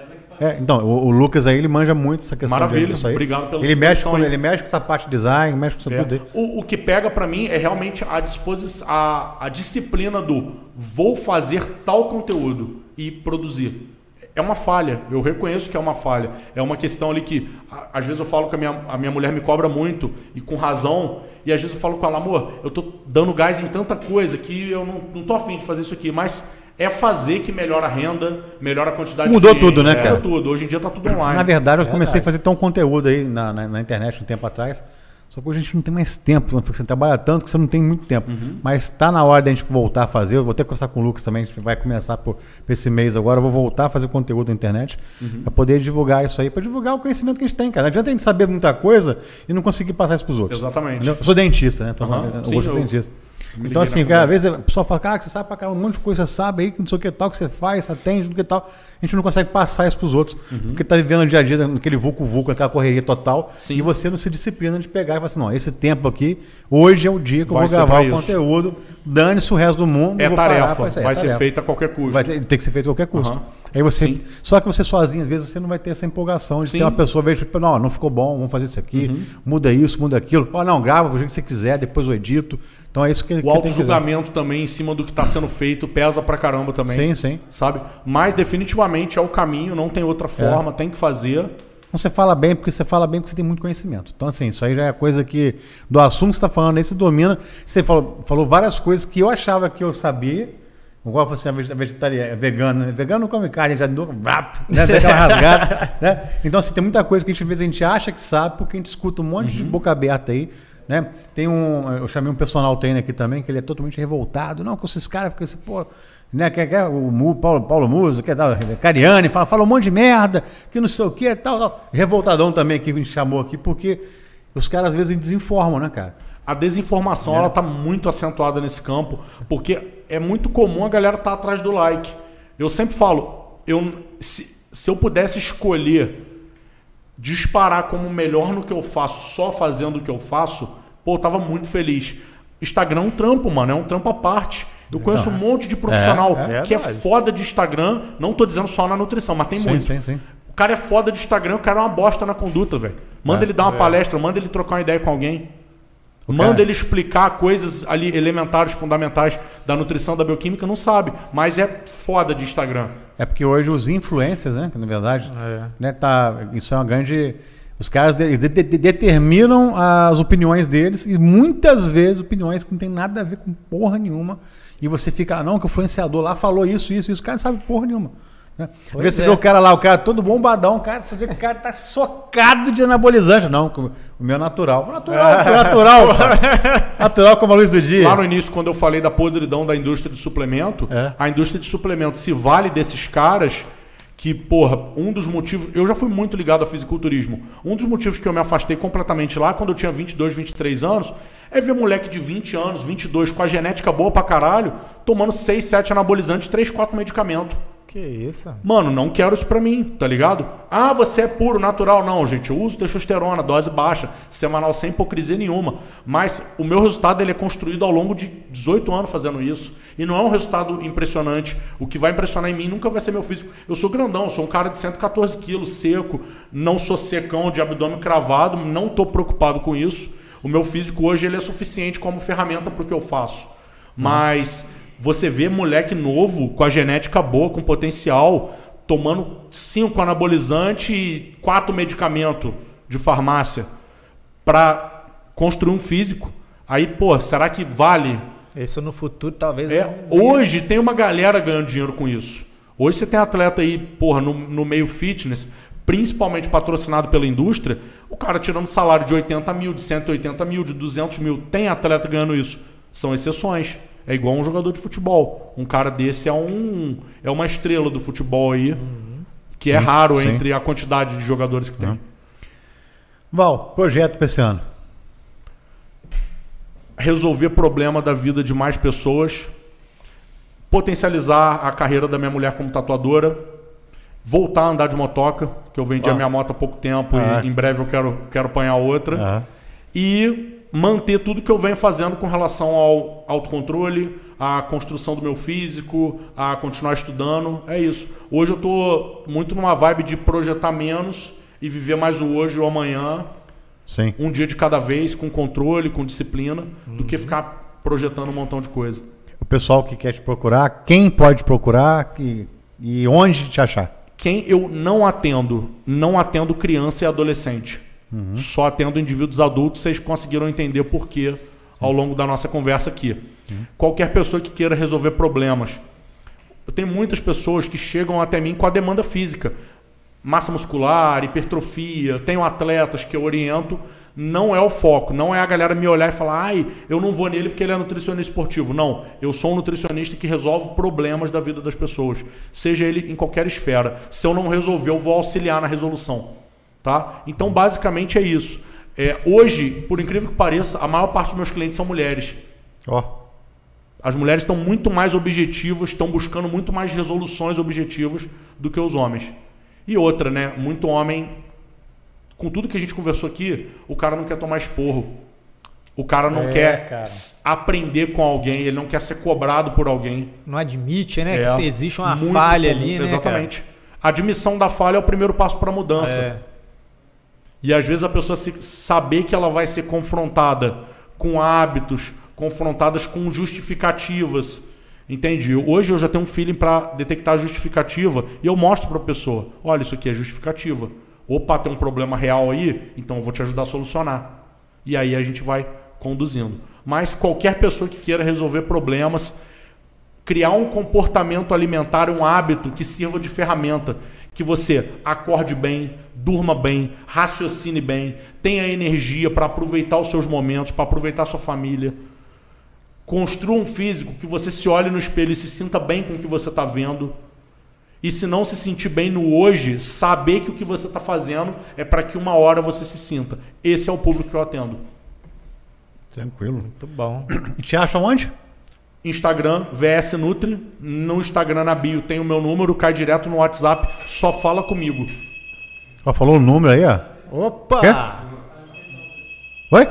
É, então, o, o Lucas aí, ele manja muito essa questão Maravilha, disso aí. Obrigado pela ele mexe, com, aí. ele mexe com essa parte de design, mexe com isso É. tudo aí. O, o que pega pra mim é realmente a disposição, a, a disciplina do vou fazer tal conteúdo e produzir. É uma falha, eu reconheço que é uma falha. É uma questão ali que, a, às vezes eu falo que a minha, a minha mulher me cobra muito, e com razão, e às vezes eu falo com ela, amor, eu tô dando gás em tanta coisa que eu não, não tô afim de fazer isso aqui, mas é fazer que melhora a renda, melhora a quantidade Mudou de clientes. tudo, né, Mudou cara? tudo, hoje em dia tá tudo online. Na verdade, eu É comecei verdade. a fazer tão conteúdo aí na, na, na internet um tempo atrás, só que hoje a gente não tem mais tempo, você trabalha tanto que você não tem muito tempo. Uhum. Mas tá na hora da gente voltar a fazer, eu vou até conversar com o Lucas também, a gente vai começar por, por esse mês agora, eu vou voltar a fazer conteúdo na internet, Uhum. para poder divulgar isso aí, para divulgar o conhecimento que a gente tem, cara. Não adianta a gente saber muita coisa e não conseguir passar isso pros outros. Exatamente. Entendeu? Eu sou dentista, né? Então, Uhum. eu Sim, gosto de eu- dentista. me Então, liguei assim, na cara, às conversa. vezes a pessoa fala, cara, você sabe pra caramba, um monte de coisa, você sabe aí, que não sei o que tal, que você faz, você atende, do que tal. A gente não consegue passar isso pros outros. Porque tá vivendo o dia a dia naquele vulco-vulco, naquela correria total. Sim. E você não se disciplina de pegar e falar assim, não, esse tempo aqui, hoje é o dia que eu Vai vou ser gravar pra o isso. conteúdo, dane-se o resto do mundo. É eu vou parar tarefa, com isso aí, vai é ser tarefa. feita a qualquer custo. Vai ter, tem que ser feito a qualquer custo. Aham. Aí você, Sim. só que você sozinho, às vezes, você não vai ter essa empolgação de Sim. ter uma pessoa, veja, não, não ficou bom, vamos fazer isso aqui, muda isso, muda aquilo. Ó, não, grava do jeito que você quiser, depois eu edito. Então é isso que, O que tem que fazer. auto-julgamento também em cima do que está sendo feito pesa pra caramba também. Sim, sim. Sabe? Mas definitivamente é o caminho, não tem outra forma, tem que fazer. Você fala bem porque você fala bem porque você tem muito conhecimento. Então, assim, isso aí já é coisa que, do assunto que você está falando aí, você domina. Você falou, falou várias coisas que eu achava que eu sabia. Igual você é vegetariano, é vegano, né? Vegano não come carne, já deu, né? Deu aquela rasgada. Né? Então, assim, tem muita coisa que a gente, às vezes, a gente acha que sabe porque a gente escuta um monte de boca aberta aí. Né? Tem um, eu chamei um personal trainer aqui também, que ele é totalmente revoltado. Não, com esses caras, ficam assim, pô, né? Quer, quer o Mu, Paulo, Paulo Muso, quer tal, Cariani, fala, fala um monte de merda, que não sei o que, tal, tal. Revoltadão também que a gente chamou aqui, porque os caras às vezes desinformam, né, cara? A desinformação ela tá muito acentuada nesse campo, porque é muito comum a galera estar atrás do like. Eu sempre falo, eu, se, se eu pudesse escolher disparar como melhor no que eu faço, só fazendo o que eu faço, pô, eu tava muito feliz. Instagram é um trampo, mano, é um trampo à parte. Eu conheço um monte de profissional É, é que é verdade. foda de Instagram, não tô dizendo só na nutrição, mas tem Sim, muito. sim, sim. O cara é foda de Instagram, o cara é uma bosta na conduta, velho. Manda É, ele dar uma palestra, manda ele trocar uma ideia com alguém. O Manda cara- ele explicar coisas ali elementares, fundamentais da nutrição, da bioquímica, não sabe. Mas é foda de Instagram. É porque hoje os influencers, né, que na verdade, É. né, tá, isso é uma grande... Os caras de- de- de- determinam as opiniões deles e muitas vezes opiniões que não tem nada a ver com porra nenhuma. E você fica, ah, não, que o influenciador lá falou isso, isso, isso. O cara não sabe porra nenhuma. Né? Às vezes você é. vê o cara lá, o cara todo bombadão, o cara, você vê que o cara tá socado de anabolizante. Não, o meu é natural. Natural, pô, natural. Pô. Natural como a luz do dia. Lá no início, quando eu falei da podridão da indústria de suplemento, É. a indústria de suplemento se vale desses caras que, porra, um dos motivos... Eu já fui muito ligado ao fisiculturismo. Um dos motivos que eu me afastei completamente lá, quando eu tinha vinte e dois, vinte e três anos, é ver moleque de vinte anos, vinte e dois, com a genética boa pra caralho, tomando seis, sete anabolizantes, três, quatro medicamentos. Que isso? Mano, não quero isso pra mim, tá ligado? Ah, você é puro, natural. Não, gente, eu uso testosterona, dose baixa, semanal, sem hipocrisia nenhuma. Mas o meu resultado ele é construído ao longo de dezoito anos fazendo isso. E não é um resultado impressionante. O que vai impressionar em mim nunca vai ser meu físico. Eu sou grandão, eu sou um cara de cento e quatorze quilos, seco, não sou secão, de abdômen cravado, não tô preocupado com isso. O meu físico hoje ele é suficiente como ferramenta pro que eu faço. Mas... Você vê moleque novo, com a genética boa, com potencial, tomando cinco anabolizantes e quatro medicamentos de farmácia para construir um físico. Aí, pô, será que vale? Isso no futuro talvez... É, não- hoje tem uma galera ganhando dinheiro com isso. Hoje você tem atleta aí, porra, no, no meio fitness, principalmente patrocinado pela indústria, o cara tirando salário de oitenta mil, de cento e oitenta mil, de duzentos mil. Tem atleta ganhando isso. São exceções. É igual um jogador de futebol. Um cara desse é um é uma estrela do futebol aí, que é Sim, raro sim. entre a quantidade de jogadores que tem. Val, projeto pra esse ano. Resolver problema da vida de mais pessoas, potencializar a carreira da minha mulher como tatuadora, voltar a andar de motoca, que eu vendi Ah. a minha moto há pouco tempo Ah. e em breve eu quero, quero apanhar outra. Ah. E manter tudo que eu venho fazendo com relação ao autocontrole, à construção do meu físico, a continuar estudando. É isso. Hoje eu tô muito numa vibe de projetar menos e viver mais o hoje ou amanhã, Sim. um dia de cada vez, com controle, com disciplina, uhum. do que ficar projetando um montão de coisa. O pessoal que quer te procurar, quem pode te procurar e, e onde te achar? Quem eu não atendo, não atendo criança e adolescente. Uhum. Só atendo indivíduos adultos, vocês conseguiram entender por quê ao longo da nossa conversa aqui. Uhum. Qualquer pessoa que queira resolver problemas. Eu tenho muitas pessoas que chegam até mim com a demanda física. Massa muscular, hipertrofia, tenho atletas que eu oriento. Não é o foco, não é a galera me olhar e falar, ai, eu não vou nele porque ele é nutricionista esportivo. Não, eu sou um nutricionista que resolve problemas da vida das pessoas, seja ele em qualquer esfera. Se eu não resolver, eu vou auxiliar na resolução. Tá? Então, basicamente é isso. É, hoje, por incrível que pareça, a maior parte dos meus clientes são mulheres. Ó. As mulheres estão muito mais objetivas, estão buscando muito mais resoluções objetivas do que os homens. E outra, né? Muito homem, com tudo que a gente conversou aqui, o cara não quer tomar esporro. O cara não É, quer cara. aprender com alguém, ele não quer ser cobrado por alguém. Não admite, né? É, que existe uma muito falha comum, ali, né? Exatamente. A admissão da falha é o primeiro passo para a mudança. É. E às vezes a pessoa se, saber que ela vai ser confrontada com hábitos, confrontadas com justificativas. Entende? Hoje eu já tenho um feeling para detectar a justificativa e eu mostro para a pessoa, olha, isso aqui é justificativa. Opa, tem um problema real aí, então eu vou te ajudar a solucionar. E aí a gente vai conduzindo. Mas qualquer pessoa que queira resolver problemas, criar um comportamento alimentar, um hábito que sirva de ferramenta, que você acorde bem, durma bem, raciocine bem, tenha energia para aproveitar os seus momentos, para aproveitar a sua família. Construa um físico que você se olhe no espelho e se sinta bem com o que você está vendo. E se não se sentir bem no hoje, saber que o que você está fazendo é para que uma hora você se sinta. Esse é o público que eu atendo. Tranquilo. Muito bom. E te acha onde? Instagram, V S Nutri. No Instagram, na bio, tem o meu número, cai direto no WhatsApp, só fala comigo. Ó, falou o número aí, ó. Opa! Quê? Oi?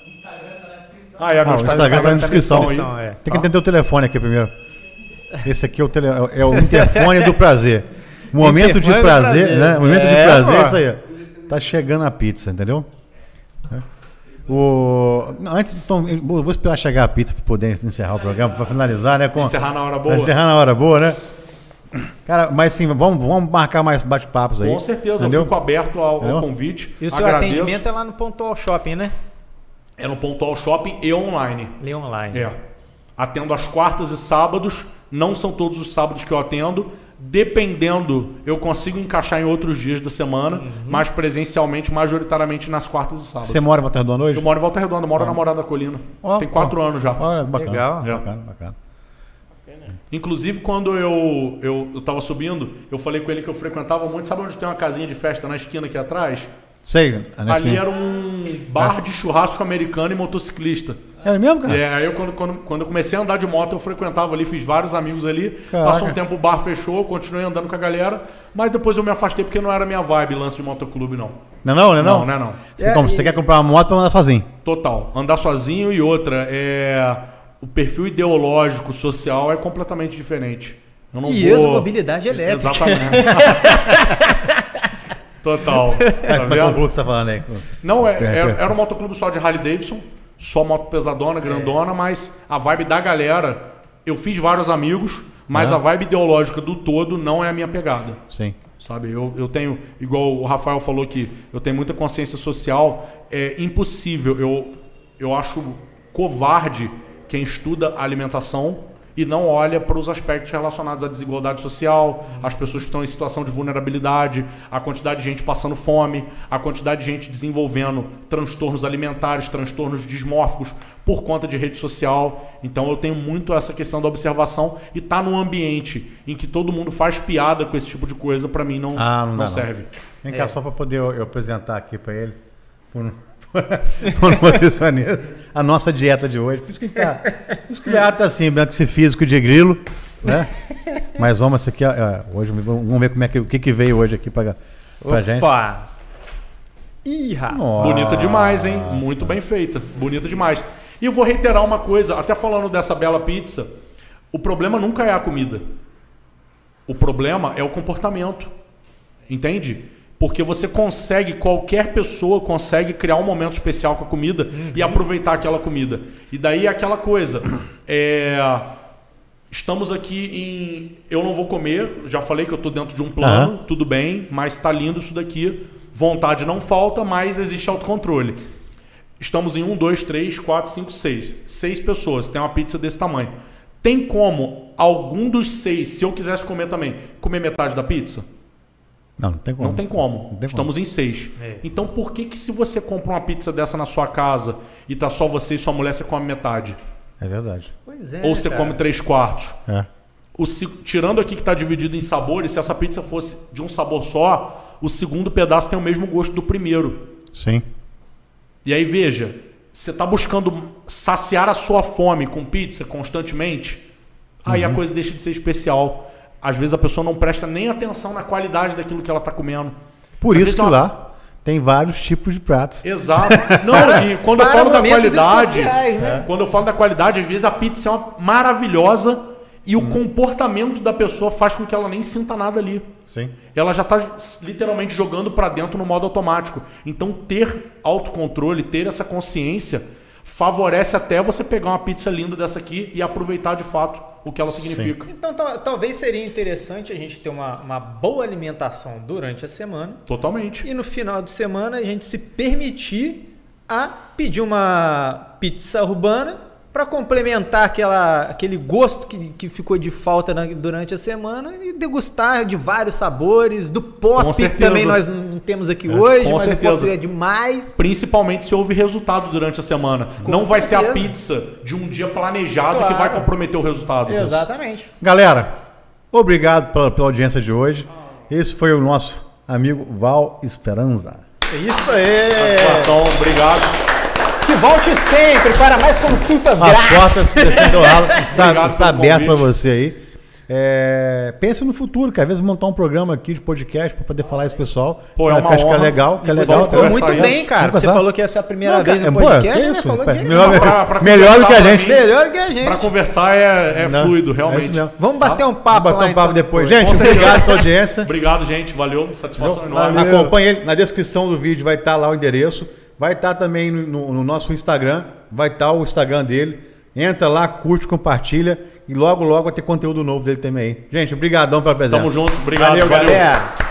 Ah, é, Ah, o Instagram tá na descrição. aí. descrição, é. Tem que entender o telefone aqui primeiro. Esse aqui é o, tele... é o interfone do prazer. Momento de Interfone do prazer, prazer. né? Momento de É, prazer, pô. isso aí. Ó. Tá chegando a pizza, entendeu? É. O... Antes, então, eu vou esperar chegar a pizza para poder encerrar o programa, para finalizar, né? Com... Encerrar na hora boa. Encerrar na hora boa, né? Cara, mas sim, vamos, vamos marcar mais bate-papos aí. Com certeza, entendeu? eu fico aberto ao, Entendeu? ao convite. E o seu Agradeço. atendimento é lá no Pontual Shopping, né? É no Pontual Shopping e online. Lê online. É. Atendo às quartas e sábados. Não são todos os sábados que eu atendo. Dependendo, eu consigo encaixar em outros dias da semana, Uhum. mas presencialmente, majoritariamente nas quartas e sábados. Você mora em Volta Redonda hoje? Eu moro em Volta Redonda, moro na Morada da Colina. Ó, Tem quatro ó. anos já. Olha, bacana. Legal. É. Bacana, bacana. Inclusive, quando eu, eu, eu tava subindo, eu falei com ele que eu frequentava muito. Sabe onde tem uma casinha de festa na esquina aqui atrás? Sei. Ali era um bar de churrasco americano e motociclista. É mesmo, cara? É, aí eu, quando, quando, quando eu comecei a andar de moto, eu frequentava ali, fiz vários amigos ali. Caraca. Passou um tempo, o bar fechou, eu continuei andando com a galera, mas depois eu me afastei porque não era minha vibe lance de motoclube, não. Não é não, não é não? Não, não é não. Você, como, você quer comprar uma moto pra andar sozinho? Total. Andar sozinho e outra, é... o perfil ideológico, social é completamente diferente. Eu não E vou... ex-mobilidade elétrica. Exatamente. Total. É, Tá como é que vendo? o que você tá falando aí? Não, é, É, é- é. era um motoclube só de Harley Davidson, só moto pesadona, grandona, mas a vibe da galera, eu fiz vários amigos, mas É. a vibe ideológica do todo não é a minha pegada. Sim. Sabe, eu, eu tenho, igual o Rafael falou que eu tenho muita consciência social, é impossível, eu, eu acho covarde quem estuda alimentação e não olha para os aspectos relacionados à desigualdade social, as pessoas que estão em situação de vulnerabilidade, a quantidade de gente passando fome, a quantidade de gente desenvolvendo transtornos alimentares, transtornos dismórficos por conta de rede social. Então eu tenho muito essa questão da observação e tá num ambiente em que todo mundo faz piada com esse tipo de coisa, para mim não, Ah, não não, dá, não. serve. Vem cá, só para poder eu, eu apresentar aqui para ele, por, por nutricionista, a nossa dieta de hoje. Por isso que a gente tá, por isso que o Leandro tá assim, branco esse físico de grilo. né? Mas vamos, essa aqui, é, hoje vamos ver como é que, o que, que veio hoje aqui pra, pra gente. Opa! Ih, rapaz. Bonita demais, hein? Muito bem feita. Bonita demais. E eu vou reiterar uma coisa, até falando dessa bela pizza, o problema nunca é a comida. O problema é o comportamento. Entende? Porque você consegue, qualquer pessoa consegue criar um momento especial com a comida uhum. e aproveitar aquela comida. E daí é aquela coisa. É, estamos aqui em... Eu não vou comer, já falei que eu estou dentro de um plano, uhum. tudo bem, mas está lindo isso daqui. Vontade não falta, mas existe autocontrole. Estamos em um, dois, três, quatro, cinco, seis. Seis pessoas, tem uma pizza desse tamanho. Tem como algum dos seis, se eu quisesse comer também, comer metade da pizza? Não, não tem como. Não tem como. Não tem Estamos como. em seis. É. Então por que que se você compra uma pizza dessa na sua casa e tá só você e sua mulher, você come metade? É verdade. Pois é, Ou você cara. come três quartos? É. O, tirando aqui que está dividido em sabores, se essa pizza fosse de um sabor só, o segundo pedaço tem o mesmo gosto do primeiro. Sim. E aí veja, você está buscando saciar a sua fome com pizza constantemente, aí uhum. a coisa deixa de ser especial. Às vezes a pessoa não presta nem atenção na qualidade daquilo que ela está comendo. Por Às isso vezes que é uma... lá tem vários tipos de pratos. Exato. Não, e quando eu falo da qualidade, né? quando eu falo da qualidade, às vezes a pizza é uma maravilhosa e o hum. comportamento da pessoa faz com que ela nem sinta nada ali. Sim. Ela já está literalmente jogando para dentro no modo automático. Então ter autocontrole, ter essa consciência, favorece até você pegar uma pizza linda dessa aqui e aproveitar de fato o que ela significa. Sim. Então talvez seria interessante a gente ter uma, uma boa alimentação durante a semana. Totalmente. E no final de semana a gente se permitir a pedir uma pizza urbana para complementar aquela, aquele gosto que, que ficou de falta na, durante a semana e degustar de vários sabores, do pop que também nós não temos aqui é, hoje, mas certeza. O pop é demais. Principalmente se houve resultado durante a semana. Com não vai certeza. Ser a pizza de um dia planejado claro. Que vai comprometer o resultado. Exatamente. Disso. Galera, obrigado pela, pela audiência de hoje. Esse foi o nosso amigo Val Esperanza. É isso aí. Satisfação, obrigado. Que volte sempre para mais consultas As grátis. As portas está, está aberto para você aí. É, pense no futuro, que às vezes montar um programa aqui de podcast para poder falar isso pessoal. Pô, que é uma acho honra. Que é legal. Que é legal. Você ficou muito bem, isso. Cara. Você falou que essa é a primeira não, vez no é, podcast. Pô, né? Falou que melhor, pra, pra melhor do que a gente. Mim, melhor do que a gente. Para conversar é, é não, fluido, realmente. É Vamos bater um papo Vamos bater lá, um papo então, depois. depois. Gente, obrigado pela audiência. Obrigado, gente. Valeu. Satisfação enorme. Acompanhe ele. Na descrição do vídeo vai estar lá o endereço. Vai estar também no, no, no nosso Instagram. Vai estar o Instagram dele. Entra lá, curte, compartilha. E logo, logo vai ter conteúdo novo dele também. Gente, obrigadão pela presença. Tamo junto. Obrigado. Valeu, valeu. galera.